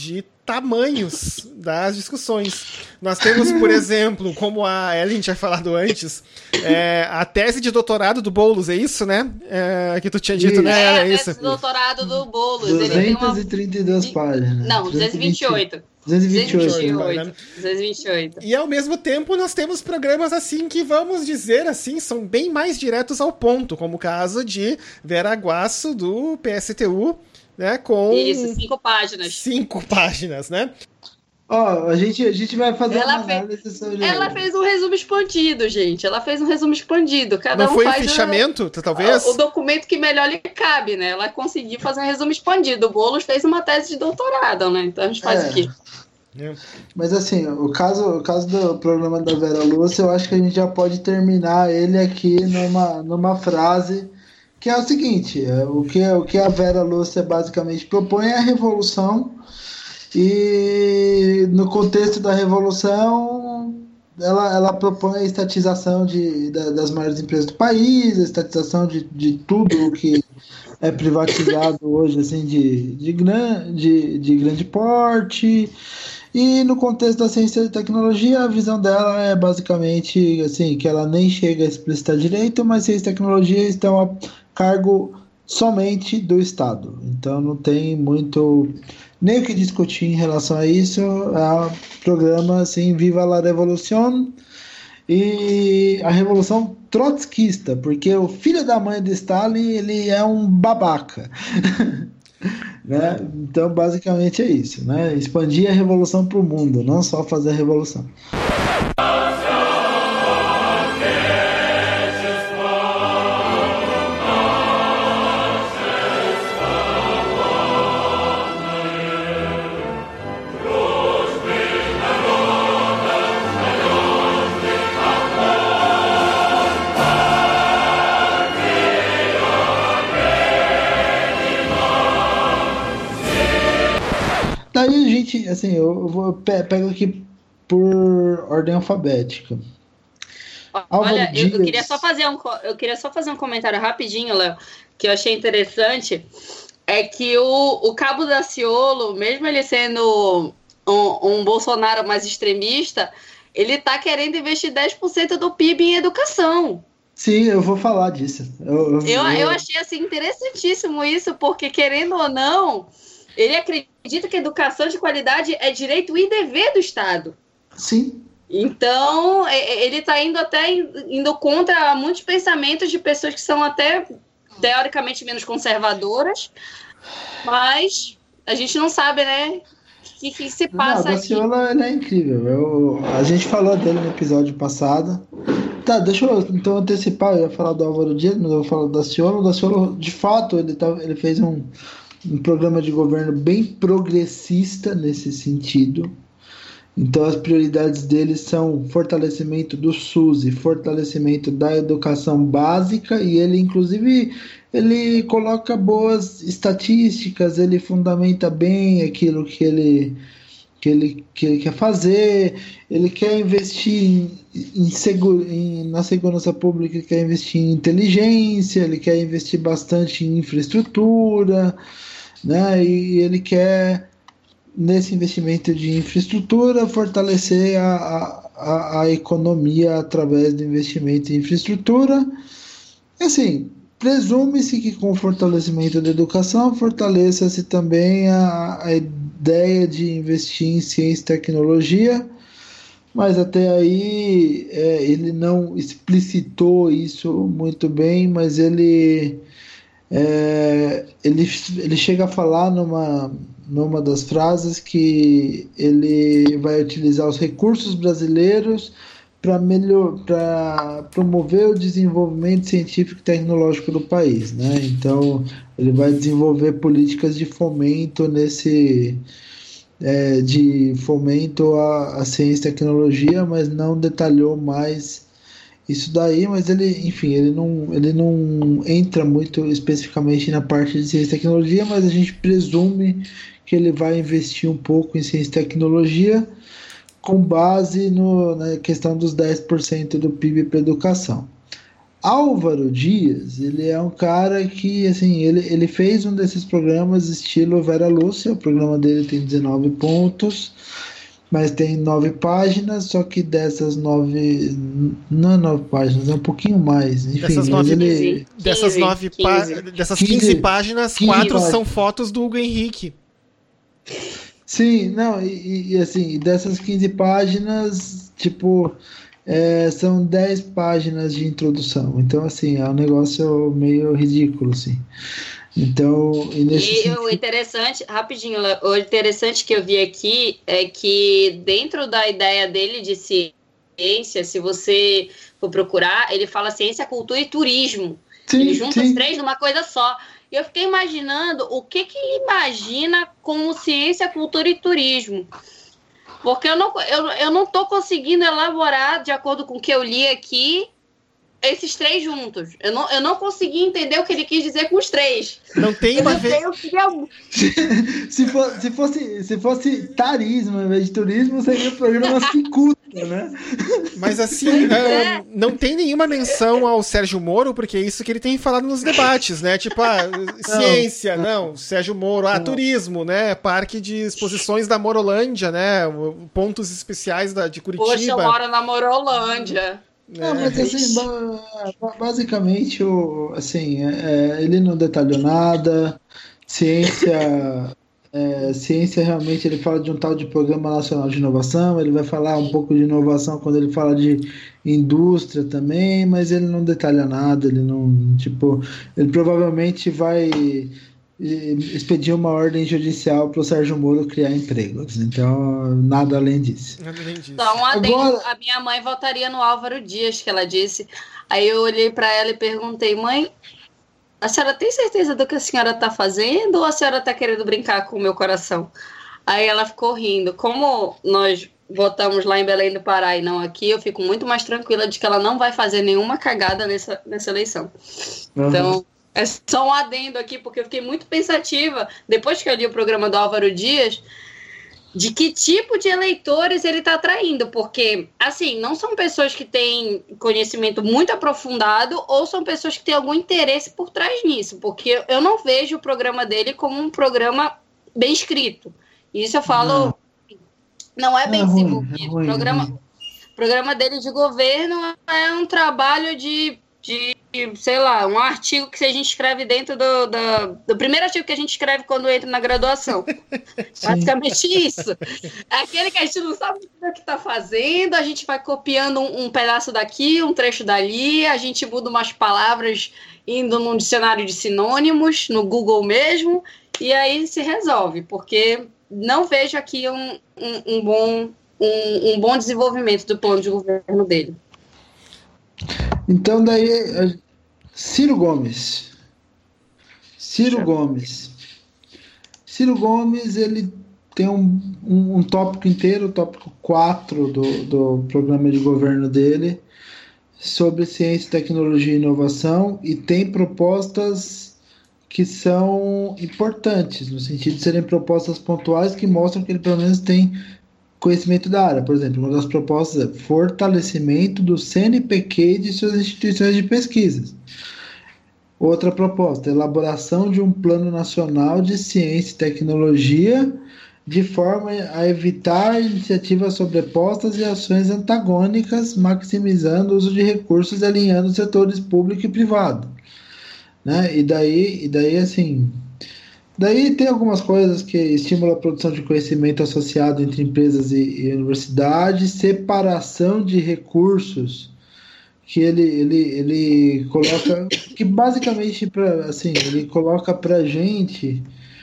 tamanhos das discussões. Nós temos, por exemplo, como a Ellen tinha falado antes, é, a tese de doutorado do Boulos, é isso, né? É, que tu tinha dito, isso. né? É, é a tese isso. de doutorado do Boulos. duzentas e trinta e duas uma... páginas. Não, duzentas e vinte e oito. duzentas e vinte e oito. duzentas e vinte e oito. E ao mesmo tempo nós temos programas assim que, vamos dizer assim, são bem mais diretos ao ponto, como o caso de Vera Aguasso do P S T U, né, com isso, cinco páginas. Cinco páginas, né? Ó, oh, a gente, a gente vai fazer ela uma análise fez, sobre... Ela fez um resumo expandido, gente. Ela fez um resumo expandido. Cada Não um foi faz o fichamento, o, talvez? O, o documento que melhor lhe cabe, né? Ela conseguiu fazer um resumo expandido. O Boulos fez uma tese de doutorado, né? Então a gente faz é. aqui. É. Mas assim, o caso, o caso do programa da Vera Lúcia, eu acho que a gente já pode terminar ele aqui numa, numa frase, que é o seguinte, o que, o que a Vera Lúcia basicamente propõe é a revolução, e no contexto da revolução ela, ela propõe a estatização de, da, das maiores empresas do país, a estatização de, de tudo o que é privatizado hoje, assim, de, de, gran, de, de grande porte. E no contexto da ciência e tecnologia, a visão dela é basicamente assim, que ela nem chega a explicitar direito, mas ciência e tecnologia estão a cargo somente do Estado. Então não tem muito nem o que discutir em relação a isso. É um programa assim, Viva la Revolución, e a revolução trotskista, porque o filho da mãe de Stalin, ele é um babaca. Né? Então basicamente é isso, né? Expandir a revolução para o mundo, não só fazer a revolução. Daí a gente, assim, eu vou pego aqui por ordem alfabética. Olha, eu, eu queria só fazer um, eu queria só fazer um comentário rapidinho, Léo, que eu achei interessante, é que o, o Cabo Daciolo, mesmo ele sendo um, um Bolsonaro mais extremista, ele tá querendo investir dez por cento do P I B em educação. Sim, eu vou falar disso. Eu, eu, eu, eu achei assim, interessantíssimo isso, porque querendo ou não, ele acredita que a educação de qualidade é direito e dever do Estado. Sim. Então, ele está indo até indo contra muitos pensamentos de pessoas que são até teoricamente menos conservadoras, mas a gente não sabe, né, o que, que se passa não, aqui. O Daciolo, ele é incrível. Eu, a gente falou dele no episódio passado. Tá, deixa eu então antecipar. Eu ia falar do Álvaro Dias, mas eu vou falar do Daciolo. O Daciolo, de fato, ele, tá, ele fez um, um programa de governo bem progressista nesse sentido. Então as prioridades dele são fortalecimento do SUS e fortalecimento da educação básica, e ele inclusive ele coloca boas estatísticas, ele fundamenta bem aquilo que ele, que ele, que ele quer fazer, ele quer investir em, em seguro, em, na segurança pública, ele quer investir em inteligência, ele quer investir bastante em infraestrutura, né? E ele quer, nesse investimento de infraestrutura, fortalecer a, a, a economia através do investimento em infraestrutura. Assim, presume-se que com o fortalecimento da educação fortaleça-se também a, a ideia de investir em ciência e tecnologia, mas até aí é, ele não explicitou isso muito bem, mas ele, é, ele, ele chega a falar numa... numa das frases que ele vai utilizar os recursos brasileiros para melhor, para promover o desenvolvimento científico e tecnológico do país, né? Então ele vai desenvolver políticas de fomento nesse é, de fomento à, à ciência e tecnologia, mas não detalhou mais isso daí, mas ele, enfim, ele não, ele não entra muito especificamente na parte de ciência e tecnologia, mas a gente presume que ele vai investir um pouco em ciência e tecnologia com base no, na questão dos dez por cento do P I B para educação. Álvaro Dias, ele é um cara que, assim, ele, ele fez um desses programas estilo Vera Lúcia, o programa dele tem dezenove pontos, mas tem nove páginas, só que dessas nove, não é nove páginas, é um pouquinho mais, enfim. Dessas nove, ele, dessas nove pá- dessas quinze páginas, quinze quatro páginas. são fotos do Hugo Henrique. Sim, não, e, e assim, dessas quinze páginas, tipo, é, são dez páginas de introdução. Então, assim, é um negócio meio ridículo, assim. Então, e nesse E sentido, o interessante, rapidinho, Léo, o interessante que eu vi aqui é que dentro da ideia dele de ciência, se você for procurar, ele fala ciência, cultura e turismo. sim, Ele junta sim. os três numa coisa só. E eu fiquei imaginando o que, que ele imagina como ciência, cultura e turismo. Porque eu não, eu, eu não tô conseguindo elaborar, de acordo com o que eu li aqui, esses três juntos. Eu não, eu não consegui entender o que ele quis dizer com os três. Não tem Eu uma não vez. sei o que é. Se, for- se fosse, se fosse tarismo ao invés de turismo, seria o programa Cicuta, né? Mas assim, é. ah, não tem nenhuma menção ao Sérgio Moro, porque é isso que ele tem falado nos debates, né? Tipo, ah, ciência, não, Sérgio Moro, ah, Não. turismo, né? Parque de exposições da Morolândia, né? Pontos especiais da, de Poxa, eu Curitiba. moro na Morolândia. Não, né? mas assim, ba- ba- basicamente, o, assim, é, é, ele não detalhou nada. Ciência, é, ciência realmente, ele fala de um tal de Programa Nacional de Inovação. Ele vai falar um pouco de inovação quando ele fala de indústria também, mas ele não detalha nada. Ele não, tipo, ele provavelmente vai e- expedir uma ordem judicial para o Sérgio Moro criar empregos. Então, nada além disso. Nada além disso. Só um adendo, Agora- a minha mãe votaria no Álvaro Dias, que ela disse. Aí eu olhei para ela e perguntei, mãe, a senhora tem certeza do que a senhora está fazendo ou a senhora está querendo brincar com o meu coração? Aí ela ficou rindo. Como nós votamos lá em Belém do Pará e não aqui, eu fico muito mais tranquila de que ela não vai fazer nenhuma cagada nessa, nessa eleição. Então, é só um adendo aqui, porque eu fiquei muito pensativa, depois que eu li o programa do Álvaro Dias, de que tipo de eleitores ele está atraindo, porque, assim, não são pessoas que têm conhecimento muito aprofundado ou são pessoas que têm algum interesse por trás nisso, porque eu não vejo o programa dele como um programa bem escrito. Isso eu falo, não, não é bem É ruim, desenvolvido. é O ruim, programa, é ruim. programa dele de governo é um trabalho de, de, sei lá, um artigo que a gente escreve dentro do, do, do primeiro artigo que a gente escreve quando entra na graduação. Basicamente isso. É aquele que a gente não sabe o que está fazendo, a gente vai copiando um, um pedaço daqui, um trecho dali, a gente muda umas palavras indo num dicionário de sinônimos, no Google mesmo, e aí se resolve, porque não vejo aqui um, um, um bom... Um, um bom desenvolvimento do plano de governo dele. Então, daí, a- Ciro Gomes. Ciro Gomes. Ciro Gomes, ele tem um, um, um tópico inteiro, o tópico quatro do, do programa de governo dele, sobre ciência, tecnologia e inovação, e tem propostas que são importantes, no sentido de serem propostas pontuais que mostram que ele pelo menos tem conhecimento da área. Por exemplo, uma das propostas é fortalecimento do C N P Q e de suas instituições de pesquisas. Outra proposta, elaboração de um plano nacional de ciência e tecnologia de forma a evitar iniciativas sobrepostas e ações antagônicas, maximizando o uso de recursos e alinhando os setores público e privado. Né? E daí, e daí assim... Daí tem algumas coisas que estimulam a produção de conhecimento associado entre empresas e, e universidades, separação de recursos, que ele, ele, ele coloca, que basicamente, pra, assim, ele coloca para gente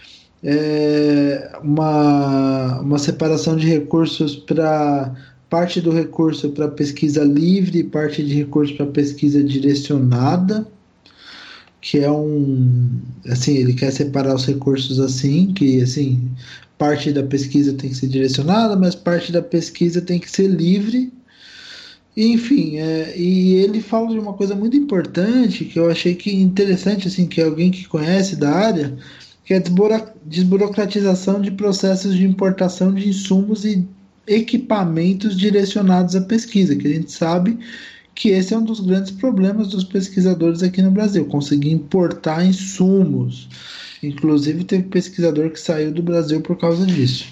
é, uma, uma separação de recursos para parte do recurso para pesquisa livre e parte de recurso para pesquisa direcionada, que é um, assim, ele quer separar os recursos assim, que, assim, parte da pesquisa tem que ser direcionada, mas parte da pesquisa tem que ser livre, e, enfim, é, e ele fala de uma coisa muito importante, que eu achei que interessante, assim, que é alguém que conhece da área, que é a desburo- desburocratização de processos de importação de insumos e equipamentos direcionados à pesquisa, que a gente sabe que esse é um dos grandes problemas dos pesquisadores aqui no Brasil, conseguir importar insumos. Inclusive teve pesquisador que saiu do Brasil por causa disso.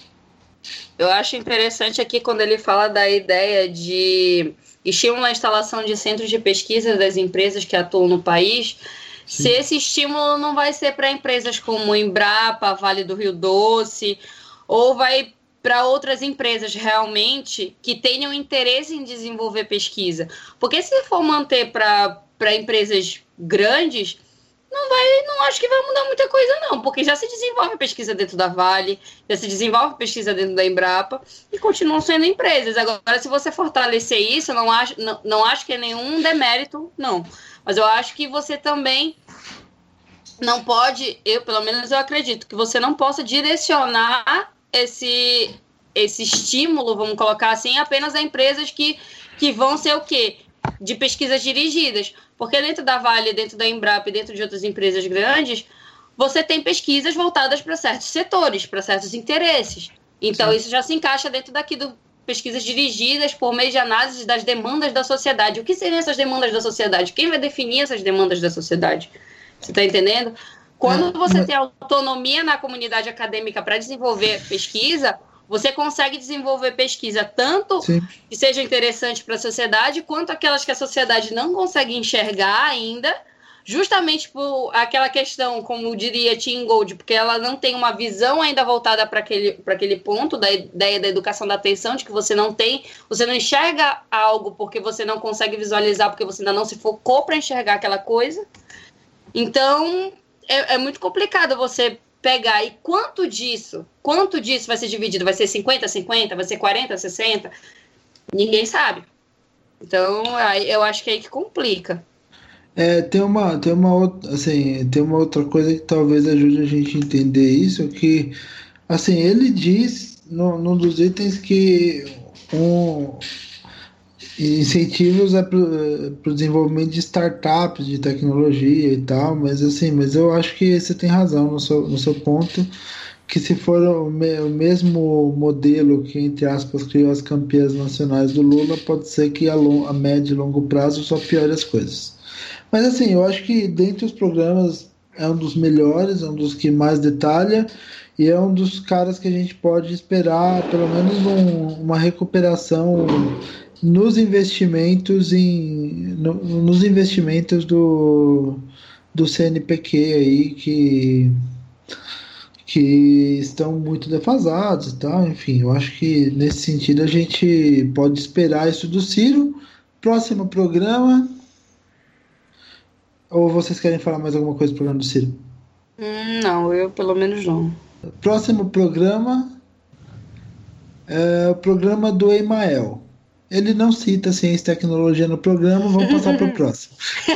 Eu acho interessante aqui quando ele fala da ideia de estímulo à instalação de centros de pesquisa das empresas que atuam no país. Sim. Se esse estímulo não vai ser para empresas como Embrapa, Vale do Rio Doce, ou vai para outras empresas realmente que tenham interesse em desenvolver pesquisa. Porque se for manter para empresas grandes, não vai, não acho que vai mudar muita coisa não, porque já se desenvolve pesquisa dentro da Vale, já se desenvolve pesquisa dentro da Embrapa e continuam sendo empresas. Agora, se você fortalecer isso, eu não acho, não, não acho que é nenhum demérito, não. Mas eu acho que você também não pode, eu pelo menos eu acredito, que você não possa direcionar esse, esse estímulo, vamos colocar assim, apenas a empresas que, que vão ser o quê? De pesquisas dirigidas. Porque dentro da Vale, dentro da Embrapa e dentro de outras empresas grandes, você tem pesquisas voltadas para certos setores, para certos interesses. Então, Sim. isso já se encaixa dentro daqui do pesquisas dirigidas por meio de análise das demandas da sociedade. O que seriam essas demandas da sociedade? Quem vai definir essas demandas da sociedade? Você está entendendo? Quando você tem autonomia na comunidade acadêmica para desenvolver pesquisa, você consegue desenvolver pesquisa tanto Sim. que seja interessante para a sociedade, quanto aquelas que a sociedade não consegue enxergar ainda, justamente por aquela questão, como diria Tim Gold, porque ela não tem uma visão ainda voltada para aquele, para aquele ponto da ideia da educação da atenção, de que você não tem, você não enxerga algo porque você não consegue visualizar, porque você ainda não se focou para enxergar aquela coisa. Então, é, é muito complicado você pegar e quanto disso, quanto disso vai ser dividido? Vai ser cinquenta a cinquenta? Vai ser quarenta a sessenta? Ninguém sabe. Então, aí, eu acho que é aí que complica. É, tem uma, tem uma outra, assim, tem uma outra coisa que talvez ajude a gente a entender isso, que, assim, ele diz no, num dos itens que um, incentivos é para o desenvolvimento de startups, de tecnologia e tal, mas assim, mas eu acho que você tem razão no seu, no seu ponto, que se for o, me, o mesmo modelo que, entre aspas, criou as campeãs nacionais do Lula, pode ser que a, long, a médio e longo prazo só piore as coisas. Mas assim, eu acho que dentre os programas é um dos melhores, é um dos que mais detalha e é um dos caras que a gente pode esperar pelo menos um, uma recuperação nos investimentos em no, nos investimentos do, do C N P Q aí que que estão muito defasados e tal, enfim, eu acho que nesse sentido a gente pode esperar isso do Ciro. Próximo programa. Ou vocês querem falar mais alguma coisa do programa do Ciro? Hum, não, eu pelo menos não. Próximo programa é o programa do Emael. Ele não cita ciência e tecnologia no programa, vamos passar para o próximo.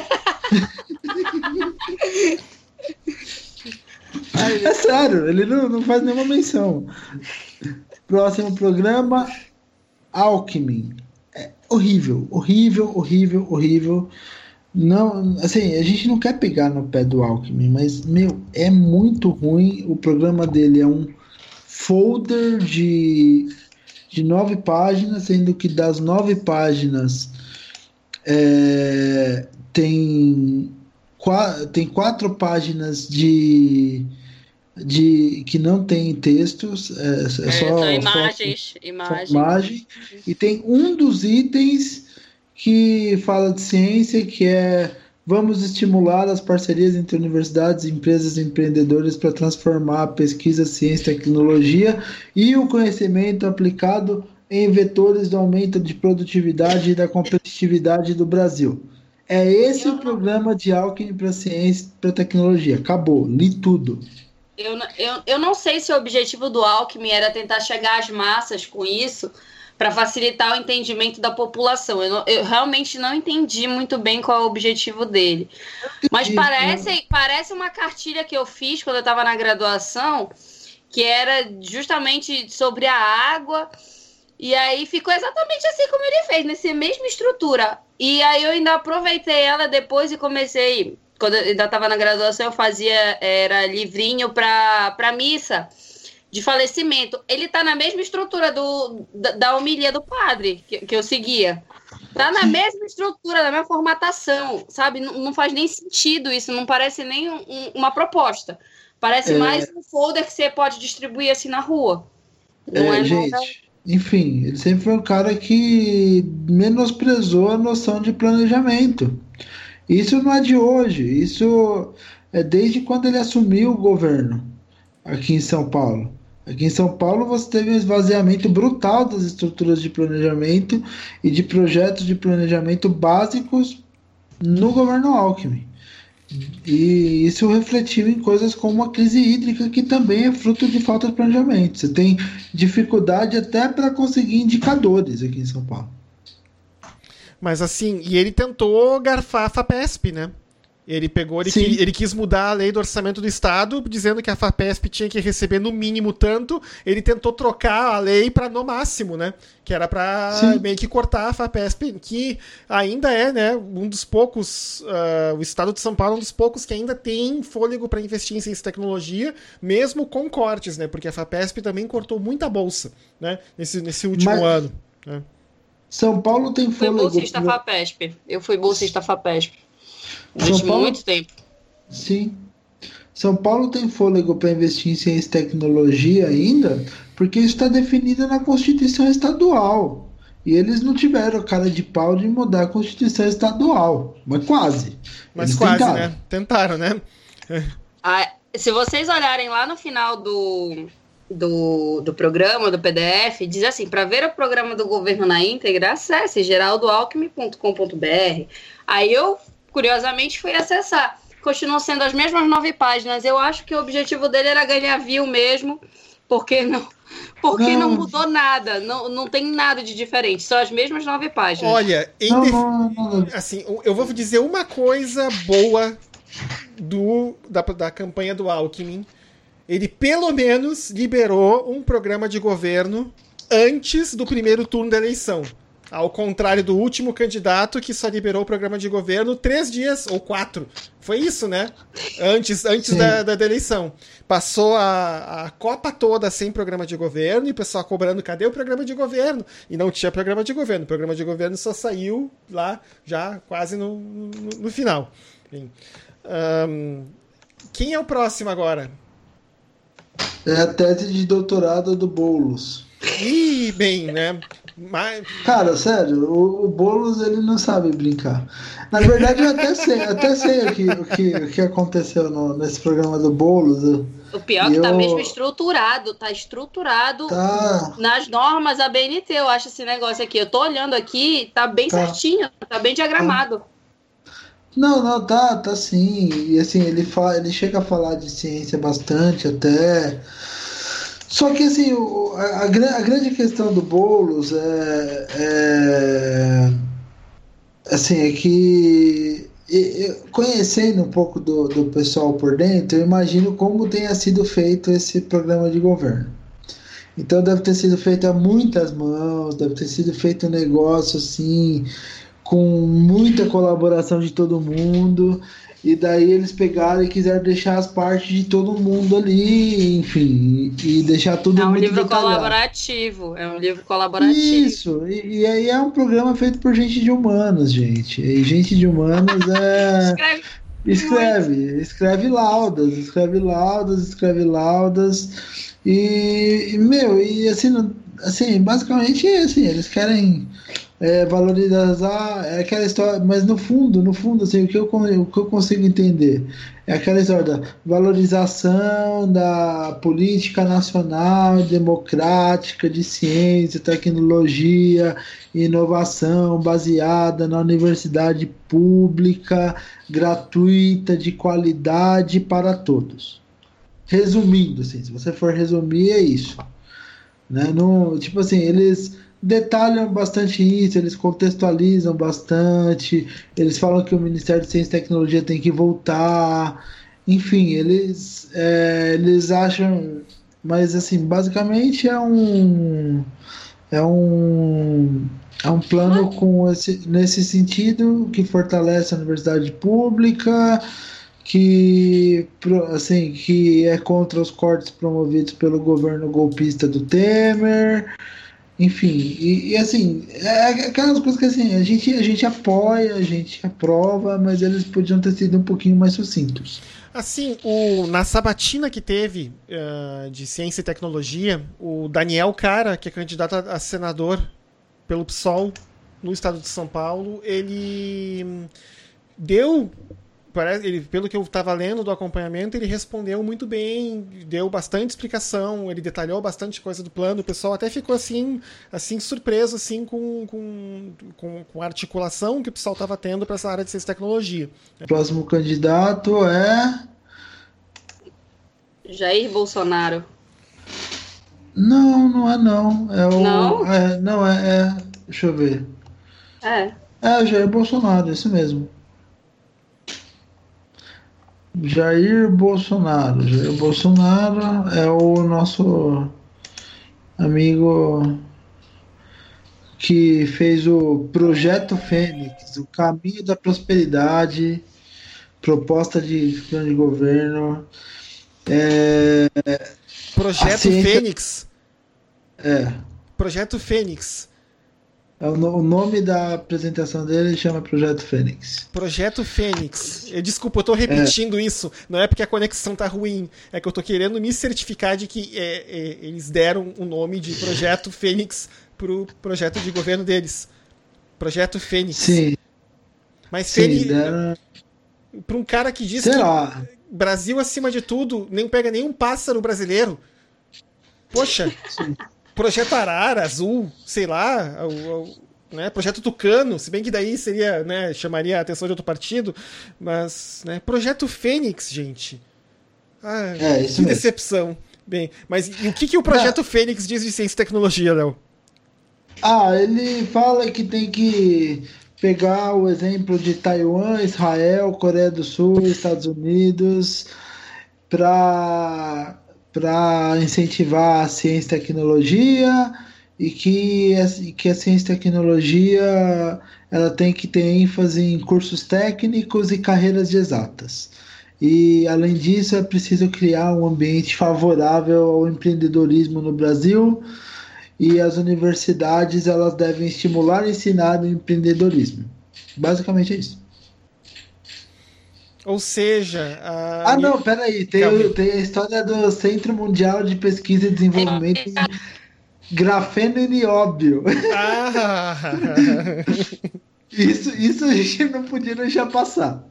É sério, ele não, não faz nenhuma menção. Próximo programa, Alckmin. É horrível, horrível, horrível, horrível. Não, assim, a gente não quer pegar no pé do Alckmin, mas, meu, é muito ruim. O programa dele é um folder de, de nove páginas, sendo que das nove páginas é, tem, quatro, tem quatro páginas de, de que não tem textos, é, é só, é, imagens, foto, imagens. Só imagem, e tem um dos itens que fala de ciência, que é vamos estimular as parcerias entre universidades, empresas e empreendedores para transformar a pesquisa, ciência e tecnologia e o conhecimento aplicado em vetores do aumento de produtividade e da competitividade do Brasil. É esse eu o não... programa de Alckmin para ciência e para tecnologia. Acabou, li tudo. Eu, eu, eu não sei se o objetivo do Alckmin era tentar chegar às massas com isso, para facilitar o entendimento da população. Eu, não, eu realmente não entendi muito bem qual é o objetivo dele. Mas parece, parece uma cartilha que eu fiz quando eu estava na graduação, que era justamente sobre a água, e aí ficou exatamente assim como ele fez, nessa mesma estrutura. E aí eu ainda aproveitei ela depois e comecei, quando eu ainda estava na graduação, eu fazia, era livrinho para para missa, de falecimento. Ele tá na mesma estrutura do, da, da homilia do padre que, que eu seguia. Tá na mesma estrutura, na mesma formatação, sabe? Não, não faz nem sentido isso, não parece nem um, uma proposta. Parece é... mais um folder que você pode distribuir assim na rua. Não é, é gente, nada... enfim, ele sempre foi um cara que menosprezou a noção de planejamento. Isso não é de hoje, isso é desde quando ele assumiu o governo aqui em São Paulo. Aqui em São Paulo você teve um esvaziamento brutal das estruturas de planejamento e de projetos de planejamento básicos no governo Alckmin. E isso refletiu em coisas como a crise hídrica, que também é fruto de falta de planejamento. Você tem dificuldade até para conseguir indicadores aqui em São Paulo. Mas assim, e ele tentou garfar a FAPESP, né? Ele pegou, ele, que, ele quis mudar a lei do orçamento do Estado, dizendo que a FAPESP tinha que receber no mínimo tanto. Ele tentou trocar a lei para no máximo, né? Que era para meio que cortar a FAPESP, que ainda é, né, um dos poucos, uh, o Estado de São Paulo é um dos poucos que ainda tem fôlego para investir em ciência e tecnologia, mesmo com cortes, né? Porque a FAPESP também cortou muita bolsa, né? Nesse, nesse último Mas... ano, né? São Paulo tem fôlego. Eu fui bolsista FAPESP. Eu fui bolsista FAPESP. Durante Paulo... muito tempo. Sim. São Paulo tem fôlego para investir em ciência e tecnologia ainda, porque isso está definido na Constituição Estadual. E eles não tiveram cara de pau de mudar a Constituição Estadual. Mas quase. Mas eles quase, tentaram. né? Tentaram, né? Ah, se vocês olharem lá no final do... Do, do programa, do P D F, diz assim: para ver o programa do governo na íntegra, acesse geraldo alckmin ponto com ponto b r. Aí eu, curiosamente, fui acessar. Continuam sendo as mesmas nove páginas. Eu acho que o objetivo dele era ganhar view mesmo, porque não, porque não. não mudou nada, não, não tem nada de diferente, são as mesmas nove páginas. Olha, em não, def... não, não. assim, eu vou dizer uma coisa boa do, da, da campanha do Alckmin. Ele, pelo menos, liberou um programa de governo antes do primeiro turno da eleição. Ao contrário do último candidato, que só liberou o programa de governo três dias, ou quatro. Foi isso, né? Antes, antes da, da, da eleição. Passou a, a Copa toda sem programa de governo, e o pessoal cobrando, cadê o programa de governo? E não tinha programa de governo. O programa de governo só saiu lá, já quase no, no, no final. Um, quem é o próximo agora? É a tese de doutorado do Boulos. Ih, bem, né? Mas... Cara, sério, o, o Boulos, ele não sabe brincar. Na verdade, eu até sei, até sei o, que, o, que, o que aconteceu no, nesse programa do Boulos. O pior é que eu... tá mesmo estruturado, tá estruturado tá. nas normas da B N T, eu acho, esse negócio aqui. Eu tô olhando aqui, tá bem tá. certinho, tá bem diagramado. Tá. Não, não, tá, tá sim. E assim, ele, fala, ele chega a falar de ciência bastante até. Só que assim, o, a, a grande questão do Boulos é, é assim, é que eu, conhecendo um pouco do, do pessoal por dentro, eu imagino como tenha sido feito esse programa de governo. Então deve ter sido feito a muitas mãos, deve ter sido feito um negócio assim, com muita colaboração de todo mundo, e daí eles pegaram e quiseram deixar as partes de todo mundo ali, enfim, e, e deixar tudo é um muito livro detalhado. colaborativo, é um livro colaborativo. Isso, e, e aí é um programa feito por gente de humanas, gente, e gente de humanas é... escreve, escreve, escreve laudas, escreve laudas, escreve laudas, e, e meu, e assim, assim, basicamente assim, eles querem... É, valorizar é aquela história, mas no fundo, no fundo, assim, o que eu, o que eu consigo entender é aquela história da valorização da política nacional democrática de ciência, tecnologia e inovação baseada na universidade pública, gratuita, de qualidade para todos. Resumindo, assim, se você for resumir, é isso. Né? No, tipo assim, eles detalham bastante isso, eles contextualizam bastante, eles falam que o Ministério de Ciência e Tecnologia tem que voltar, enfim, eles, é, eles acham, mas assim, basicamente é um é um é um plano com esse, nesse sentido, que fortalece a universidade pública, que, assim, que é contra os cortes promovidos pelo governo golpista do Temer. enfim, e, e, assim, é aquelas coisas que assim, a gente, a gente apoia, a gente aprova, mas eles podiam ter sido um pouquinho mais sucintos. Assim, o, na sabatina que teve uh, de Ciência e Tecnologia, o Daniel Cara, que é candidato a, a senador pelo P SOL no estado de São Paulo, ele deu... Parece, ele, pelo que eu estava lendo do acompanhamento, ele respondeu muito bem, deu bastante explicação, ele detalhou bastante coisa do plano, o pessoal até ficou assim, assim surpreso assim, com, com, com, com a articulação que o pessoal estava tendo para essa área de ciência e tecnologia. O próximo candidato é... Jair Bolsonaro. Não, não é não. É o... Não? É, não, é, é... Deixa eu ver. É. É, Jair Bolsonaro, isso mesmo. Jair Bolsonaro. Jair Bolsonaro é o nosso amigo que fez o Projeto Fênix, o Caminho da Prosperidade, proposta de plano de governo. É, Projeto ciência... Fênix. É. Projeto Fênix. É o, no, o nome da apresentação dele chama Projeto Fênix. Projeto Fênix. Eu, desculpa, eu tô repetindo é. isso. Não é porque a conexão tá ruim. É que eu tô querendo me certificar de que é, é, eles deram o nome de Projeto Fênix pro projeto de governo deles. Projeto Fênix. Sim. Mas Sim, Fênix... deram... Pra um cara que diz Sei que lá. Brasil acima de tudo, nem pega nenhum pássaro brasileiro. Poxa... Sim. Projeto Arara, Azul, sei lá, o, o, né, Projeto Tucano, se bem que daí seria, né, chamaria a atenção de outro partido, mas, né, Projeto Fênix, gente. Ah, é, isso que mesmo. decepção. Bem, mas e o que, que o Projeto Não. Fênix diz de ciência e tecnologia, Léo? Ah, ele fala que tem que pegar o exemplo de Taiwan, Israel, Coreia do Sul, Estados Unidos, para para incentivar a ciência e tecnologia e que, que a ciência e tecnologia ela tem que ter ênfase em cursos técnicos e carreiras de exatas. E, além disso, é preciso criar um ambiente favorável ao empreendedorismo no Brasil e as universidades elas devem estimular e ensinar o empreendedorismo. Basicamente é isso. Ou seja... A... Ah, não, peraí. Tem, tem a história do Centro Mundial de Pesquisa e Desenvolvimento em grafeno e nióbio. Ah. isso, isso a gente não podia deixar passar.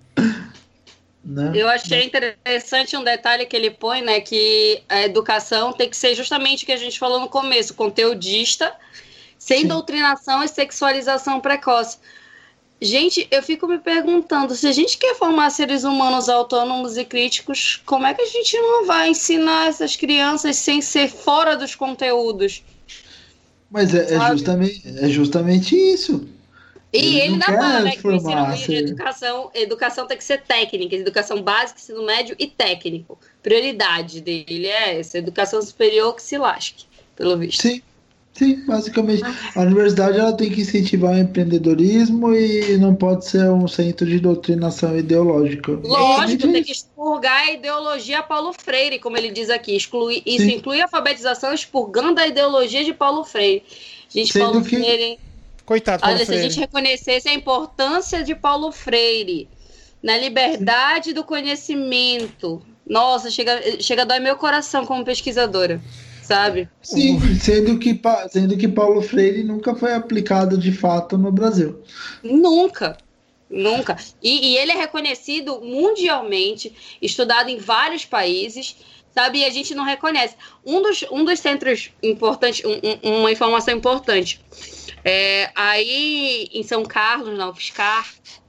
Né? Eu achei interessante um detalhe que ele põe, né? Que a educação tem que ser justamente o que a gente falou no começo, conteudista, sem Sim. doutrinação e sexualização precoce. Gente, eu fico me perguntando, se a gente quer formar seres humanos autônomos e críticos, como é que a gente não vai ensinar essas crianças sem ser fora dos conteúdos? Mas é, é, justamente, é justamente isso. E ele, ele ainda fala, né, que o ensino de educação, educação tem que ser técnica, educação básica, ensino médio e técnico. Prioridade dele é essa, educação superior que se lasque, pelo visto. Sim. Sim, basicamente. A universidade ela tem que incentivar o empreendedorismo e não pode ser um centro de doutrinação ideológica. Lógico, tem que expurgar a ideologia Paulo Freire, como ele diz aqui. Exclui, isso Sim. inclui a alfabetização expurgando a ideologia de Paulo Freire. Gente, Sendo Paulo que... Freire... Coitado, Paulo Olha, Freire. Se a gente reconhecesse a importância de Paulo Freire na liberdade Sim. do conhecimento, nossa, chega, chega a dói meu coração como pesquisadora. Sabe? Sim, sendo que, sendo que Paulo Freire nunca foi aplicado de fato no Brasil. Nunca, nunca. E, e ele é reconhecido mundialmente, estudado em vários países, sabe? E a gente não reconhece. Um dos, um dos centros importantes, um, um, uma informação importante, é, aí em São Carlos, na UFSCar,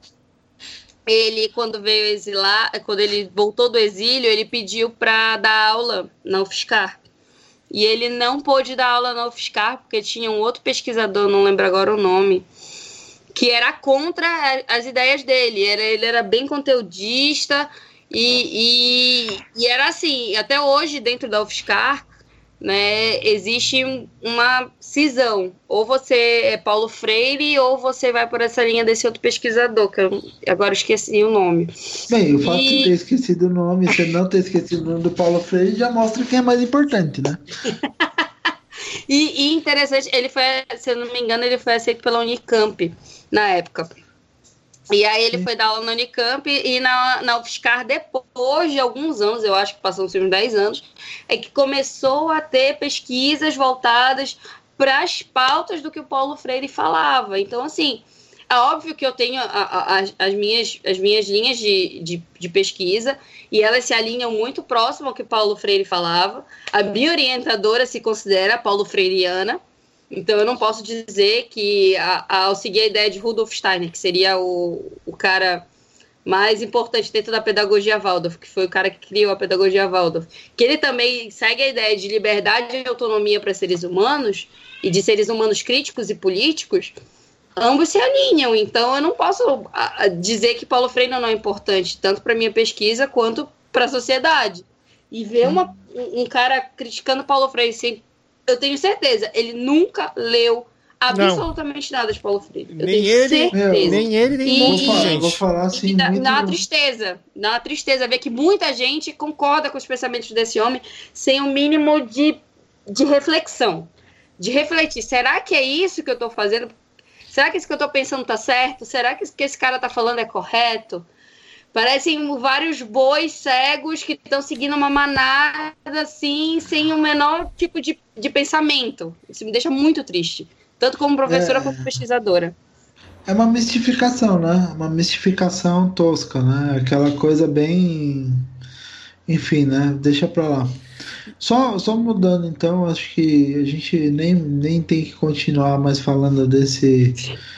ele, quando veio exilar, quando ele voltou do exílio, ele pediu para dar aula na UFSCar. E ele não pôde dar aula na UFSCar, porque tinha um outro pesquisador, não lembro agora o nome, que era contra as ideias dele. Era, ele era bem conteudista e, e, e era assim, até hoje dentro da UFSCar, né, existe uma cisão. Ou você é Paulo Freire ou você vai por essa linha desse outro pesquisador, que eu agora esqueci o nome. Bem, o fato e... de ter esquecido o nome, você não ter esquecido o nome do Paulo Freire, já mostra quem é mais importante, né? E, e interessante, ele foi, se eu não me engano, ele foi aceito pela Unicamp na época. E aí ele foi dar aula na Unicamp e na, na UFSCar, depois de alguns anos, eu acho que passou uns dez anos, é que começou a ter pesquisas voltadas para as pautas do que o Paulo Freire falava. Então, assim, é óbvio que eu tenho a, a, as, as, minhas, as minhas linhas de, de, de pesquisa e elas se alinham muito próximo ao que Paulo Freire falava. A minha orientadora se considera Paulo Freireana. Então, eu não posso dizer que, a, a, ao seguir a ideia de Rudolf Steiner, que seria o, o cara mais importante dentro da pedagogia Waldorf, que foi o cara que criou a pedagogia Waldorf, que ele também segue a ideia de liberdade e autonomia para seres humanos, e de seres humanos críticos e políticos, ambos se alinham. Então, eu não posso a, a dizer que Paulo Freire não é importante, tanto para a minha pesquisa quanto para a sociedade. E ver uma, um, um cara criticando Paulo Freire sem... Eu tenho certeza, ele nunca leu absolutamente não. nada de Paulo Freire. Eu nem tenho ele, certeza. Nem ele, nem e, muita vou falar, gente. Vou falar assim, dá, muito... dá uma tristeza. Dá uma tristeza ver que muita gente concorda com os pensamentos desse homem sem o um mínimo de, de reflexão. De refletir. Será que é isso que eu estou fazendo? Será que isso que eu estou pensando está certo? Será que isso que esse cara está falando é correto? Parecem vários bois cegos que estão seguindo uma manada, assim, sem o menor tipo de, de pensamento. Isso me deixa muito triste. Tanto como professora é, quanto pesquisadora. É uma mistificação, né? Uma mistificação tosca, né? Aquela coisa bem... Enfim, né? Deixa pra lá. Só, só mudando, então, acho que a gente nem, nem tem que continuar mais falando desse...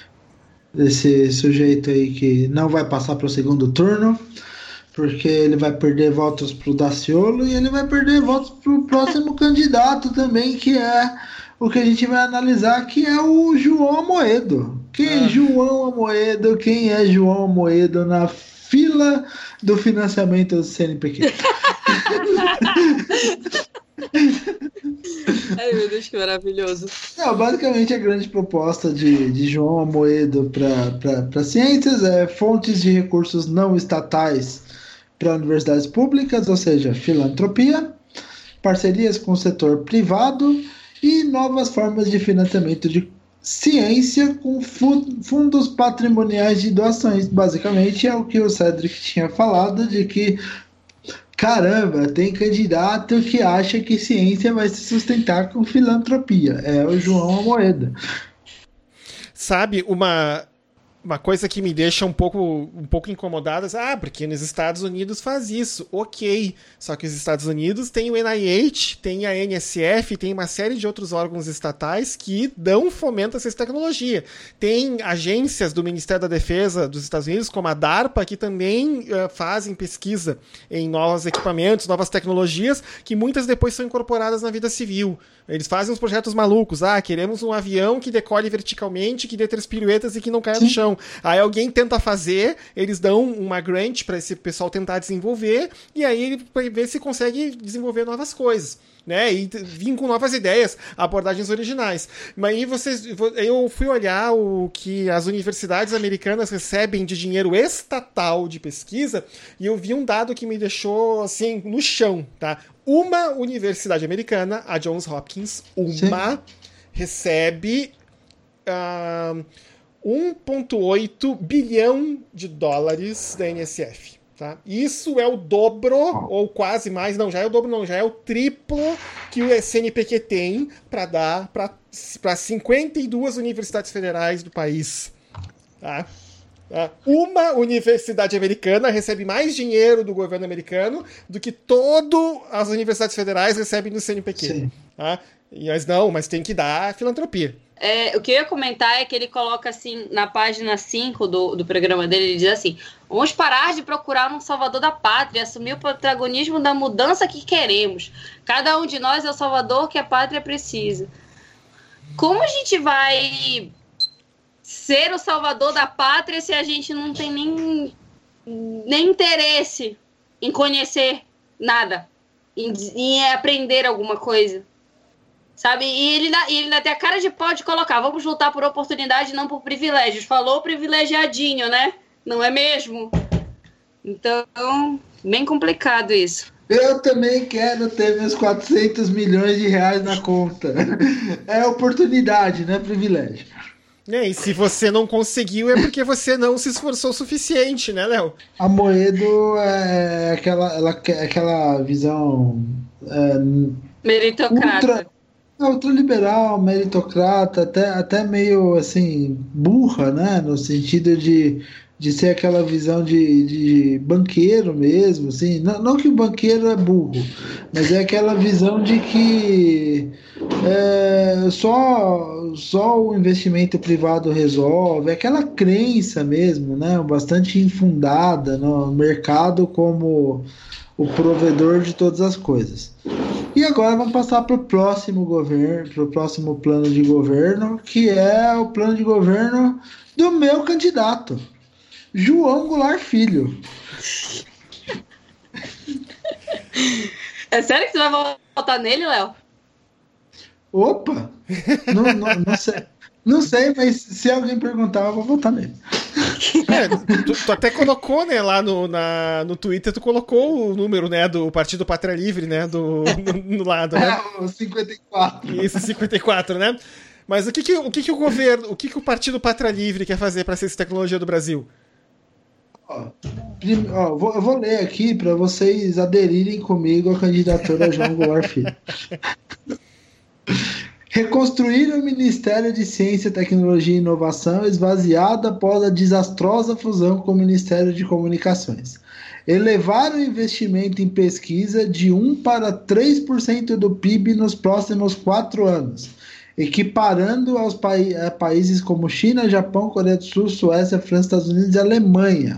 desse sujeito aí que não vai passar para o segundo turno, porque ele vai perder votos para o Daciolo e ele vai perder votos para o próximo candidato também, que é o que a gente vai analisar, que é o João Amoedo. Quem é ah. João Amoedo? Quem é João Amoedo na fila do financiamento do C N P Q? Ai, meu Deus, que maravilhoso. Não, basicamente a grande proposta de, de João Amoedo para ciências é fontes de recursos não estatais para universidades públicas, ou seja, filantropia, parcerias com o setor privado e novas formas de financiamento de ciência com fundos patrimoniais de doações. Basicamente é o que o Cedric tinha falado, de que caramba, tem candidato que acha que ciência vai se sustentar com filantropia. É o João Amoedo. Sabe, uma, uma coisa que me deixa um pouco, um pouco incomodada, ah, porque nos Estados Unidos faz isso. Ok, só que os Estados Unidos tem o N I H, tem a N S F, tem uma série de outros órgãos estatais que dão fomento a essa tecnologia. Tem agências do Ministério da Defesa dos Estados Unidos, como a DARPA, que também uh, fazem pesquisa em novos equipamentos, novas tecnologias, que muitas depois são incorporadas na vida civil. Eles fazem uns projetos malucos. Ah, queremos um avião que decole verticalmente, que dê três piruetas e que não caia Sim. no chão. Aí alguém tenta fazer, eles dão uma grant para esse pessoal tentar desenvolver, e aí ele vai ver se consegue desenvolver novas coisas, né? E vir com novas ideias, abordagens originais. Mas aí vocês, eu fui olhar o que as universidades americanas recebem de dinheiro estatal de pesquisa, e eu vi um dado que me deixou assim no chão, tá? Uma universidade americana, a Johns Hopkins, uma Sim. recebe uh, um vírgula oito bilhão de dólares da N S F. Tá? Isso é o dobro, ou quase mais, não, já é o dobro, não, já é o triplo que o C N P Q tem para dar para cinquenta e duas universidades federais do país. Tá? Uma universidade americana recebe mais dinheiro do governo americano do que todas as universidades federais recebem no C N P Q. Tá? Mas não, mas tem que dar filantropia. É, o que eu ia comentar é que ele coloca assim, na página cinco do, do programa dele, ele diz assim: vamos parar de procurar um salvador da pátria e assumir o protagonismo da mudança que queremos. Cada um de nós é o salvador que a pátria precisa. Como a gente vai ser o salvador da pátria se a gente não tem nem, nem interesse em conhecer nada, em, em aprender alguma coisa? Sabe? E ele, e ele ainda tem a cara de pau de colocar: vamos lutar por oportunidade, não por privilégios. Falou privilegiadinho, né? Não é mesmo? Então, bem complicado isso. Eu também quero ter meus quatrocentos milhões de reais na conta. É oportunidade, não é privilégio. É, e se você não conseguiu é porque você não se esforçou o suficiente, né, Léo? A Moedo é aquela, ela, é aquela visão é, Meritocrata. ultra, é ultraliberal, meritocrata, até, até meio assim, burra, né? No sentido de, de ser aquela visão de, de banqueiro mesmo, assim. Não, não que o banqueiro é burro, mas é aquela visão de que é, só, só o investimento privado resolve, aquela crença mesmo, né? Bastante infundada no mercado como o provedor de todas as coisas. E agora vamos passar para o próximo governo, para o próximo plano de governo, que é o plano de governo do meu candidato, João Goulart Filho. É sério que você vai votar nele, Léo? Opa! Não, não, não sei. Não sei, mas se alguém perguntar, eu vou votar nele. É, tu, tu até colocou, né, lá no, na, no Twitter, tu colocou o número, né, do Partido Pátria Livre, né, do, no, no lado, né? É, o cinquenta e quatro. Isso, cinquenta e quatro, né? Mas o que que o, que que o governo, o que que o Partido Pátria Livre quer fazer para a ciência e tecnologia do Brasil? Ó, prim, ó, vou, eu vou ler aqui para vocês aderirem comigo à candidatura João Goulart Filho. Reconstruir o Ministério de Ciência, Tecnologia e Inovação, esvaziado após a desastrosa fusão com o Ministério de Comunicações. Elevar o investimento em pesquisa de um para três por cento do P I B nos próximos quatro anos, equiparando aos pa a países como China, Japão, Coreia do Sul, Suécia, França, Estados Unidos e Alemanha.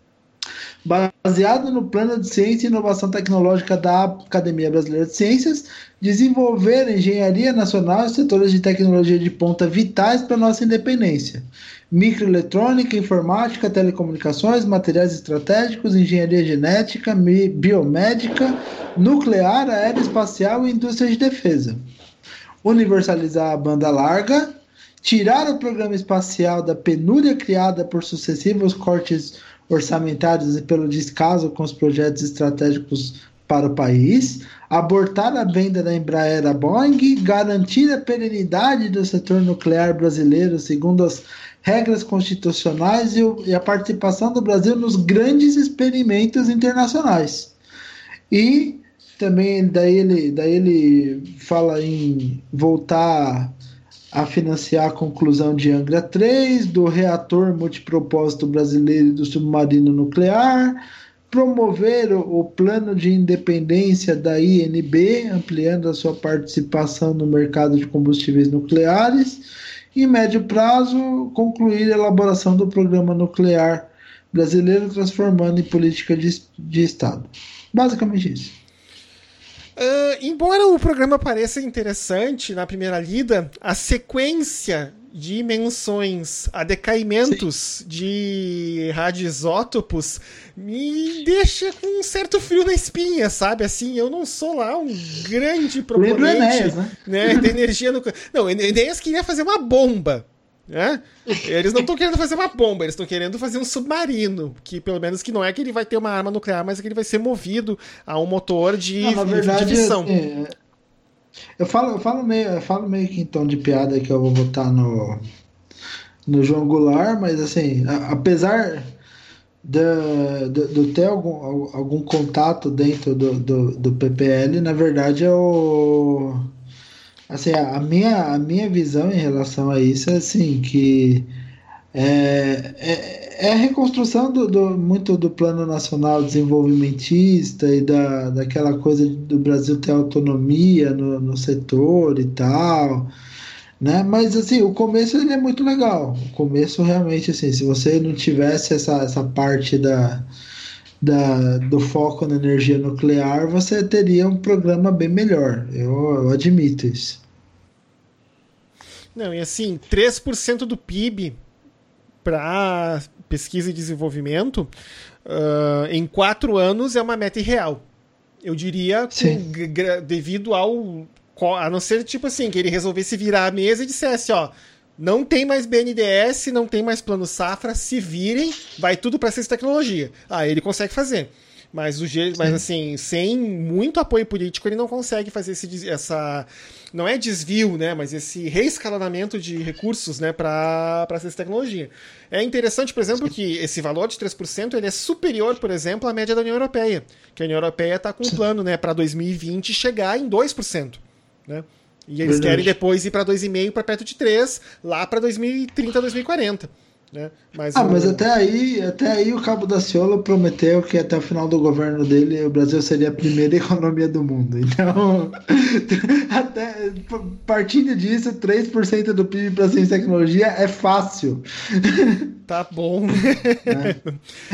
Baseado no Plano de Ciência e Inovação Tecnológica da Academia Brasileira de Ciências, desenvolver engenharia nacional e setores de tecnologia de ponta vitais para nossa independência. Microeletrônica, informática, telecomunicações, materiais estratégicos, engenharia genética, biomédica, nuclear, aeroespacial e indústria de defesa. Universalizar a banda larga, tirar o programa espacial da penúria criada por sucessivos cortes orçamentários e pelo descaso com os projetos estratégicos para o país, abortar a venda da Embraer à Boeing, garantir a perenidade do setor nuclear brasileiro segundo as regras constitucionais e, o, e a participação do Brasil nos grandes experimentos internacionais. E também daí ele, daí ele fala em voltar a financiar a conclusão de Angra três, do reator multipropósito brasileiro e do submarino nuclear, promover o, o plano de independência da I N B, ampliando a sua participação no mercado de combustíveis nucleares, e, em médio prazo, concluir a elaboração do programa nuclear brasileiro, transformando em política de, de Estado. Basicamente isso. Uh, embora o programa pareça interessante na primeira lida, a sequência de menções a decaimentos Sim. de radioisótopos me deixa com um certo frio na espinha, sabe? Assim, eu não sou lá um grande proponente Enéas, né? Né, de energia nuclear. Não, Enéas queria fazer uma bomba. É? Eles não estão querendo fazer uma bomba, eles estão querendo fazer um submarino, que pelo menos que não é que ele vai ter uma arma nuclear, mas é que ele vai ser movido a um motor de, não, na verdade, de fissão. Assim, eu, falo, eu, falo meio, eu falo meio que em tom de piada que eu vou votar no, no João Goulart, mas assim, a, apesar de, de, de ter algum, algum contato dentro do, do, do P P L, na verdade eu... Assim, a minha, a minha visão em relação a isso é assim, que é, é, é a reconstrução do, do, muito do Plano Nacional Desenvolvimentista e da, daquela coisa do Brasil ter autonomia no, no setor e tal, né? Mas assim, o começo ele é muito legal. O começo realmente, assim, se você não tivesse essa, essa parte da... Da, do foco na energia nuclear, você teria um programa bem melhor. Eu, eu admito isso. Não, e assim, três por cento do P I B para pesquisa e desenvolvimento uh, em quatro anos é uma meta irreal. Eu diria, com, devido ao... A não ser, tipo assim, que ele resolvesse virar a mesa e dissesse, ó, não tem mais B N D E S, não tem mais plano safra, se virem, vai tudo para ciência e tecnologia. Ah, ele consegue fazer. Mas, o jeito, mas assim, sem muito apoio político, ele não consegue fazer esse, essa... Não é desvio, né? Mas esse reescalonamento de recursos, né, para essa tecnologia. É interessante, por exemplo, que esse valor de três por cento ele é superior, por exemplo, à média da União Europeia. Que a União Europeia está com um plano, né, para dois mil e vinte chegar em dois por cento. Né? E eles Verdade. querem depois ir para dois vírgula cinco por cento para perto de três por cento, lá para dois mil e trinta, dois mil e quarenta. Né? Mas ah, o... mas até aí, até aí o Cabo Daciolo prometeu que até o final do governo dele o Brasil seria a primeira economia do mundo. Então, até, partindo disso, três por cento do P I B para ciência e tecnologia é fácil. Tá bom. É.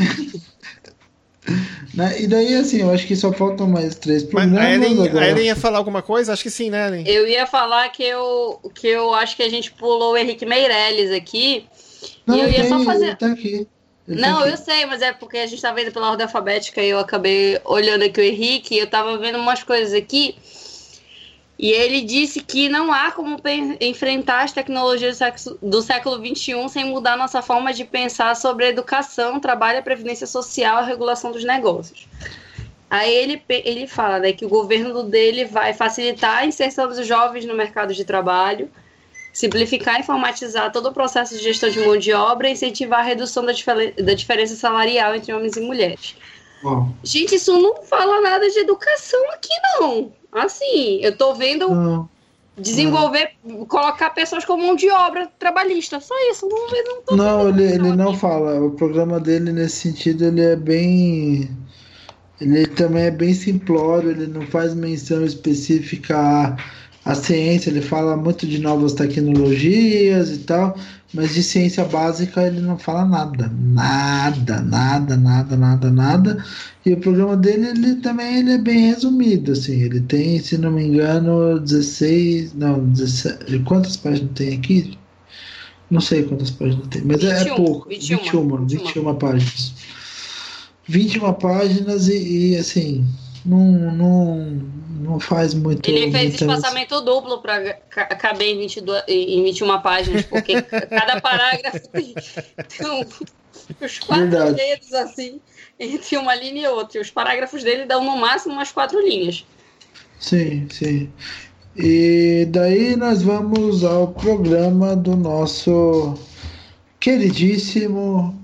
Né? E daí, assim, eu acho que só faltam mais três programas. A Ellen, agora... a Ellen ia falar alguma coisa? Acho que sim, né, Ellen? Eu ia falar que eu, que eu acho que a gente pulou o Henrique Meirelles aqui. Não, e eu ia tem, só fazer. Ele tá aqui. Ele Não, tá aqui. eu sei, mas é porque a gente estava indo pela ordem alfabética e eu acabei olhando aqui o Henrique e eu estava vendo umas coisas aqui. E ele disse que não há como enfrentar as tecnologias do século vinte e um sem mudar nossa forma de pensar sobre a educação, trabalho, a previdência social e a regulação dos negócios. Aí ele, ele fala, né, que o governo dele vai facilitar a inserção dos jovens no mercado de trabalho, simplificar e informatizar todo o processo de gestão de mão de obra e incentivar a redução da, difer- da diferença salarial entre homens e mulheres. Bom. Gente, isso não fala nada de educação aqui, não. Assim, eu tô vendo Não. desenvolver, não. colocar pessoas com mão de obra trabalhista. Só isso, não, não tô Não, vendo ele, ele não aqui. fala. O programa dele, nesse sentido, ele é bem... Ele também é bem simplório, ele não faz menção específica à, à ciência, ele fala muito de novas tecnologias e tal, mas de ciência básica ele não fala nada. Nada, nada, nada, nada, nada. E o programa dele, ele também ele é bem resumido, assim, ele tem, se não me engano, dezesseis, não, dezessete, quantas páginas tem aqui? Não sei quantas páginas tem, mas é, é pouco, vinte e uma, vinte e uma páginas. vinte e uma páginas e, e assim, não, não, não faz muito... Ele fez muita... espaçamento duplo para caber em, vinte e duas, em vinte e uma páginas, porque cada parágrafo tem, tem um, os quatro Verdade. dedos assim, entre uma linha e outra. E os parágrafos dele dão no máximo umas quatro linhas. Sim, sim. E daí nós vamos ao programa do nosso queridíssimo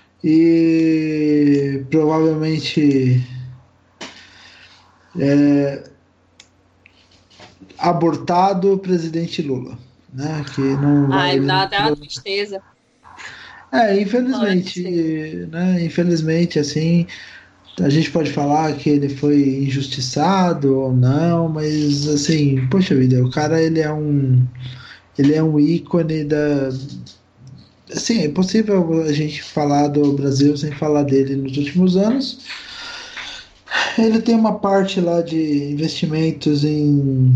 e provavelmente é, abortado presidente Lula, né? Que não vai, Ai, dá não... até uma tristeza. É, infelizmente, né? Infelizmente, assim, a gente pode falar que ele foi injustiçado ou não, mas assim, poxa vida, o cara ele é um ele é um ícone da... Assim, é impossível a gente falar do Brasil sem falar dele nos últimos anos. Ele tem uma parte lá de investimentos em,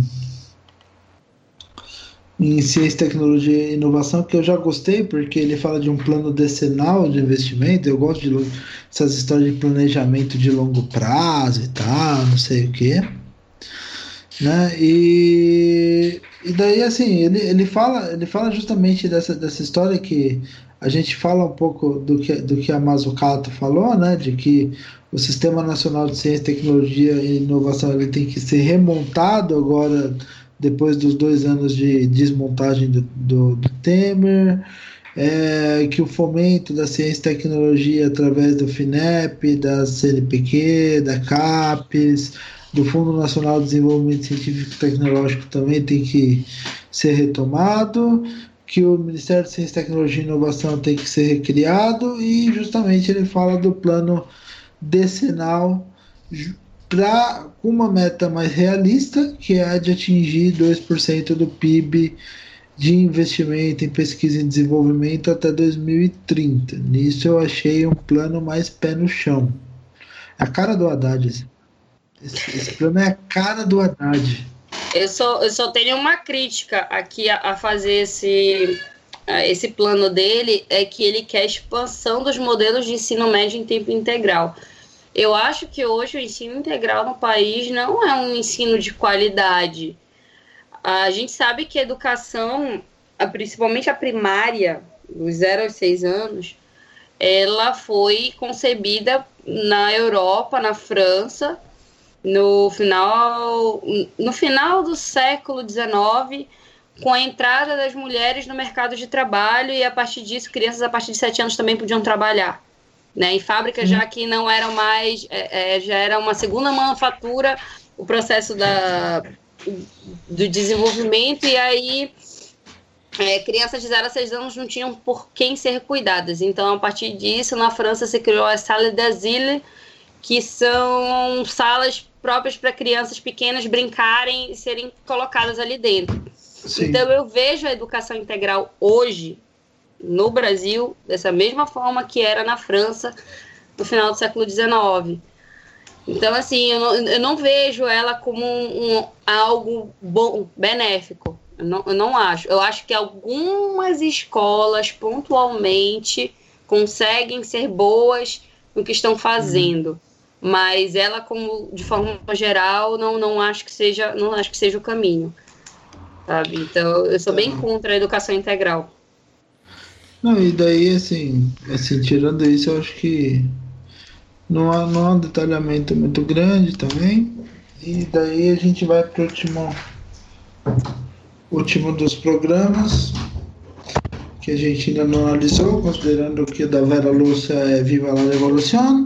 em ciência, tecnologia e inovação que eu já gostei, porque ele fala de um plano decenal de investimento. Eu gosto de essas histórias de planejamento de longo prazo e tal, não sei o que, né? E, e daí assim ele, ele fala ele fala justamente dessa, dessa história que a gente fala um pouco do que, do que a Mazzucato falou, né? De que o Sistema Nacional de Ciência, Tecnologia e Inovação ele tem que ser remontado agora, depois dos dois anos de desmontagem do, do, do Temer, é, que o fomento da ciência e tecnologia através do FINEP, da C N P Q, da CAPES, do Fundo Nacional de Desenvolvimento Científico e Tecnológico também tem que ser retomado, que o Ministério de Ciência, Tecnologia e Inovação tem que ser recriado, e justamente ele fala do plano decenal para uma meta mais realista, que é a de atingir dois por cento do P I B de investimento em pesquisa e desenvolvimento até dois mil e trinta. Nisso eu achei um plano mais pé no chão. A cara do Haddad. Esse, esse plano é a cara do Haddad. Eu só, eu só tenho uma crítica aqui a, a fazer esse, a esse plano dele, é que ele quer expansão dos modelos de ensino médio em tempo integral. Eu acho que hoje o ensino integral no país não é um ensino de qualidade. A gente sabe que a educação, principalmente a primária, dos zero aos seis anos, ela foi concebida na Europa, na França, no final, no final do século dezenove, com a entrada das mulheres no mercado de trabalho, e a partir disso, crianças a partir de sete anos também podiam trabalhar, né, em fábricas, já que não eram mais, é, é, já era uma segunda manufatura, o processo da, do desenvolvimento, e aí é, crianças de zero a seis anos não tinham por quem ser cuidadas. Então, a partir disso, na França se criou as salas d'asile, que são salas próprias para crianças pequenas brincarem e serem colocadas ali dentro. Sim. Então, eu vejo a educação integral hoje, no Brasil, dessa mesma forma que era na França, no final do século dezenove. Então, assim, eu não, eu não vejo ela como um, um, algo bom, benéfico. Eu não, eu não acho. Eu acho que algumas escolas, pontualmente, conseguem ser boas no que estão fazendo. Hum. Mas ela, como de forma geral, não, não, acho que seja, não acho que seja o caminho. Sabe? Então, eu sou bem contra a educação integral. Não, e daí, assim, assim, tirando isso, eu acho que não há, não há um detalhamento muito grande também. E daí a gente vai para o último, último dos programas, que a gente ainda não analisou, considerando que o da Vera Lúcia é Viva la Revolução.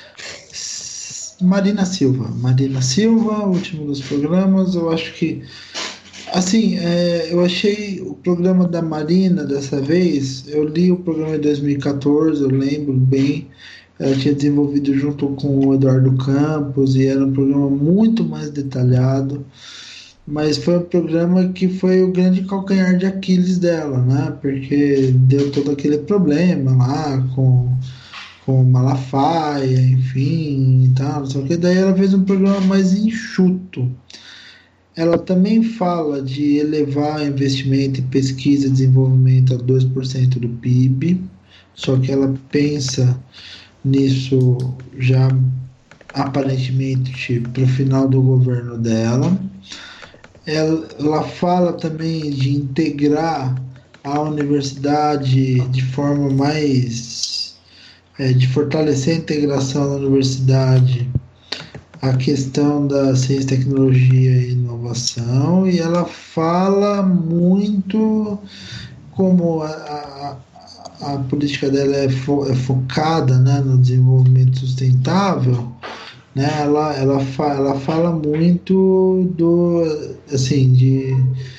Marina Silva. Marina Silva, último dos programas, eu acho que assim, é, eu achei o programa da Marina dessa vez, eu li o programa de dois mil e quatorze, eu lembro bem, ela tinha desenvolvido junto com o Eduardo Campos e era um programa muito mais detalhado, mas foi um programa que foi o grande calcanhar de Aquiles dela, né? Porque deu todo aquele problema lá com, com Malafaia, enfim, e tal, não sei o que, daí ela fez um programa mais enxuto. Ela também fala de elevar investimento em pesquisa e desenvolvimento a dois por cento do P I B, só que ela pensa nisso já aparentemente para o final do governo dela. Ela, ela fala também de integrar a universidade de forma mais... É, de fortalecer a integração da universidade, a questão da ciência, tecnologia e inovação, e ela fala muito como a, a, a política dela é, fo, é focada, né, no desenvolvimento sustentável, né, ela, ela, fa, ela fala muito do, assim, de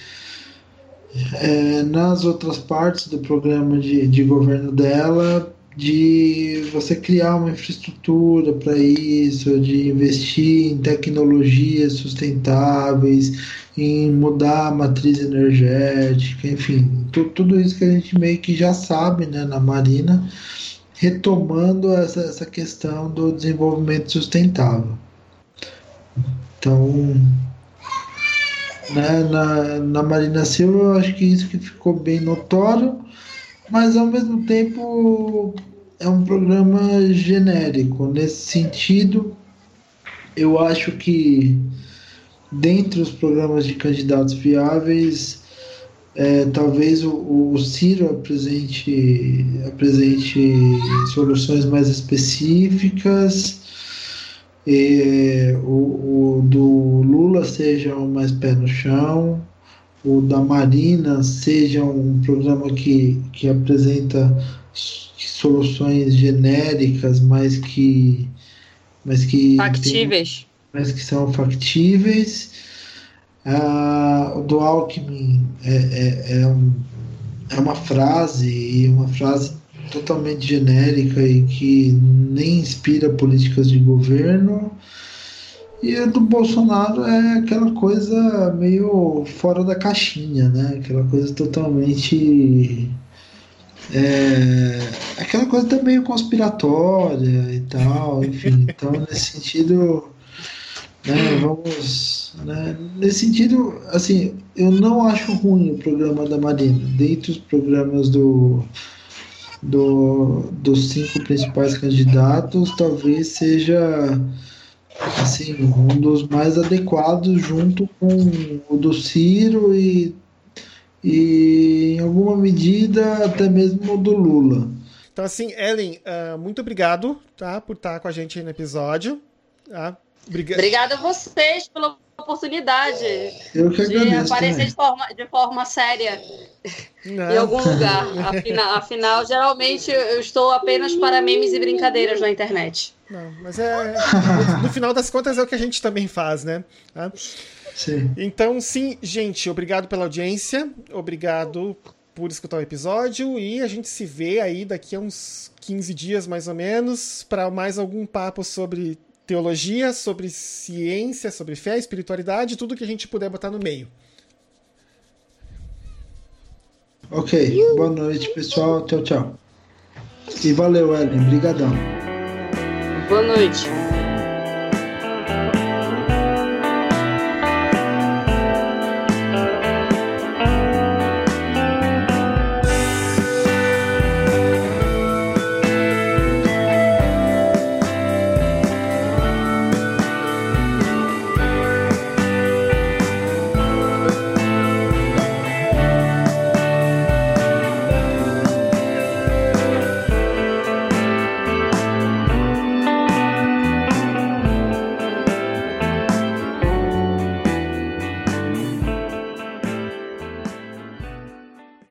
é, nas outras partes do programa de, de governo dela, de você criar uma infraestrutura para isso, de investir em tecnologias sustentáveis, em mudar a matriz energética, enfim, tu, tudo isso que a gente meio que já sabe, né, na Marina, retomando essa, essa questão do desenvolvimento sustentável. Então, né, na, na Marina Silva, eu acho que isso que ficou bem notório, mas ao mesmo tempo é um programa genérico. Nesse sentido, eu acho que dentre os programas de candidatos viáveis, é, talvez o, o Ciro apresente, apresente soluções mais específicas, e, o, o do Lula seja um mais pé no chão, o da Marina seja um programa que, que apresenta soluções genéricas, mas que, mas que factíveis, tem, mas que são factíveis. Ah, o do Alckmin é, é, é, um, é uma frase e uma frase totalmente genérica e que nem inspira políticas de governo. E a do Bolsonaro é aquela coisa meio fora da caixinha, né? Aquela coisa totalmente... É, aquela coisa também meio conspiratória e tal, enfim. Então, nesse sentido, né, vamos... Né, nesse sentido, assim, eu não acho ruim o programa da Marina. Dentre os programas do, do, dos cinco principais candidatos, talvez seja... assim, um dos mais adequados junto com o do Ciro e, e em alguma medida até mesmo o do Lula. Então, assim, Ellen, uh, muito obrigado, tá, por estar com a gente aí no episódio. Tá? Obriga... Obrigada a vocês pela oportunidade Eu que de agradeço, aparecer né? de forma, de forma séria Não. em algum lugar. Afinal, afinal, geralmente eu estou apenas para memes e brincadeiras na internet. Não, mas é. No final das contas é o que a gente também faz, né? Tá? Sim. Então, sim, gente, obrigado pela audiência, obrigado por escutar o episódio e a gente se vê aí daqui a uns quinze dias, mais ou menos, para mais algum papo sobre teologia, sobre ciência, sobre fé, espiritualidade, tudo que a gente puder botar no meio. Ok, boa noite, pessoal. Tchau, tchau. E valeu, Ellen. Brigadão. Boa noite.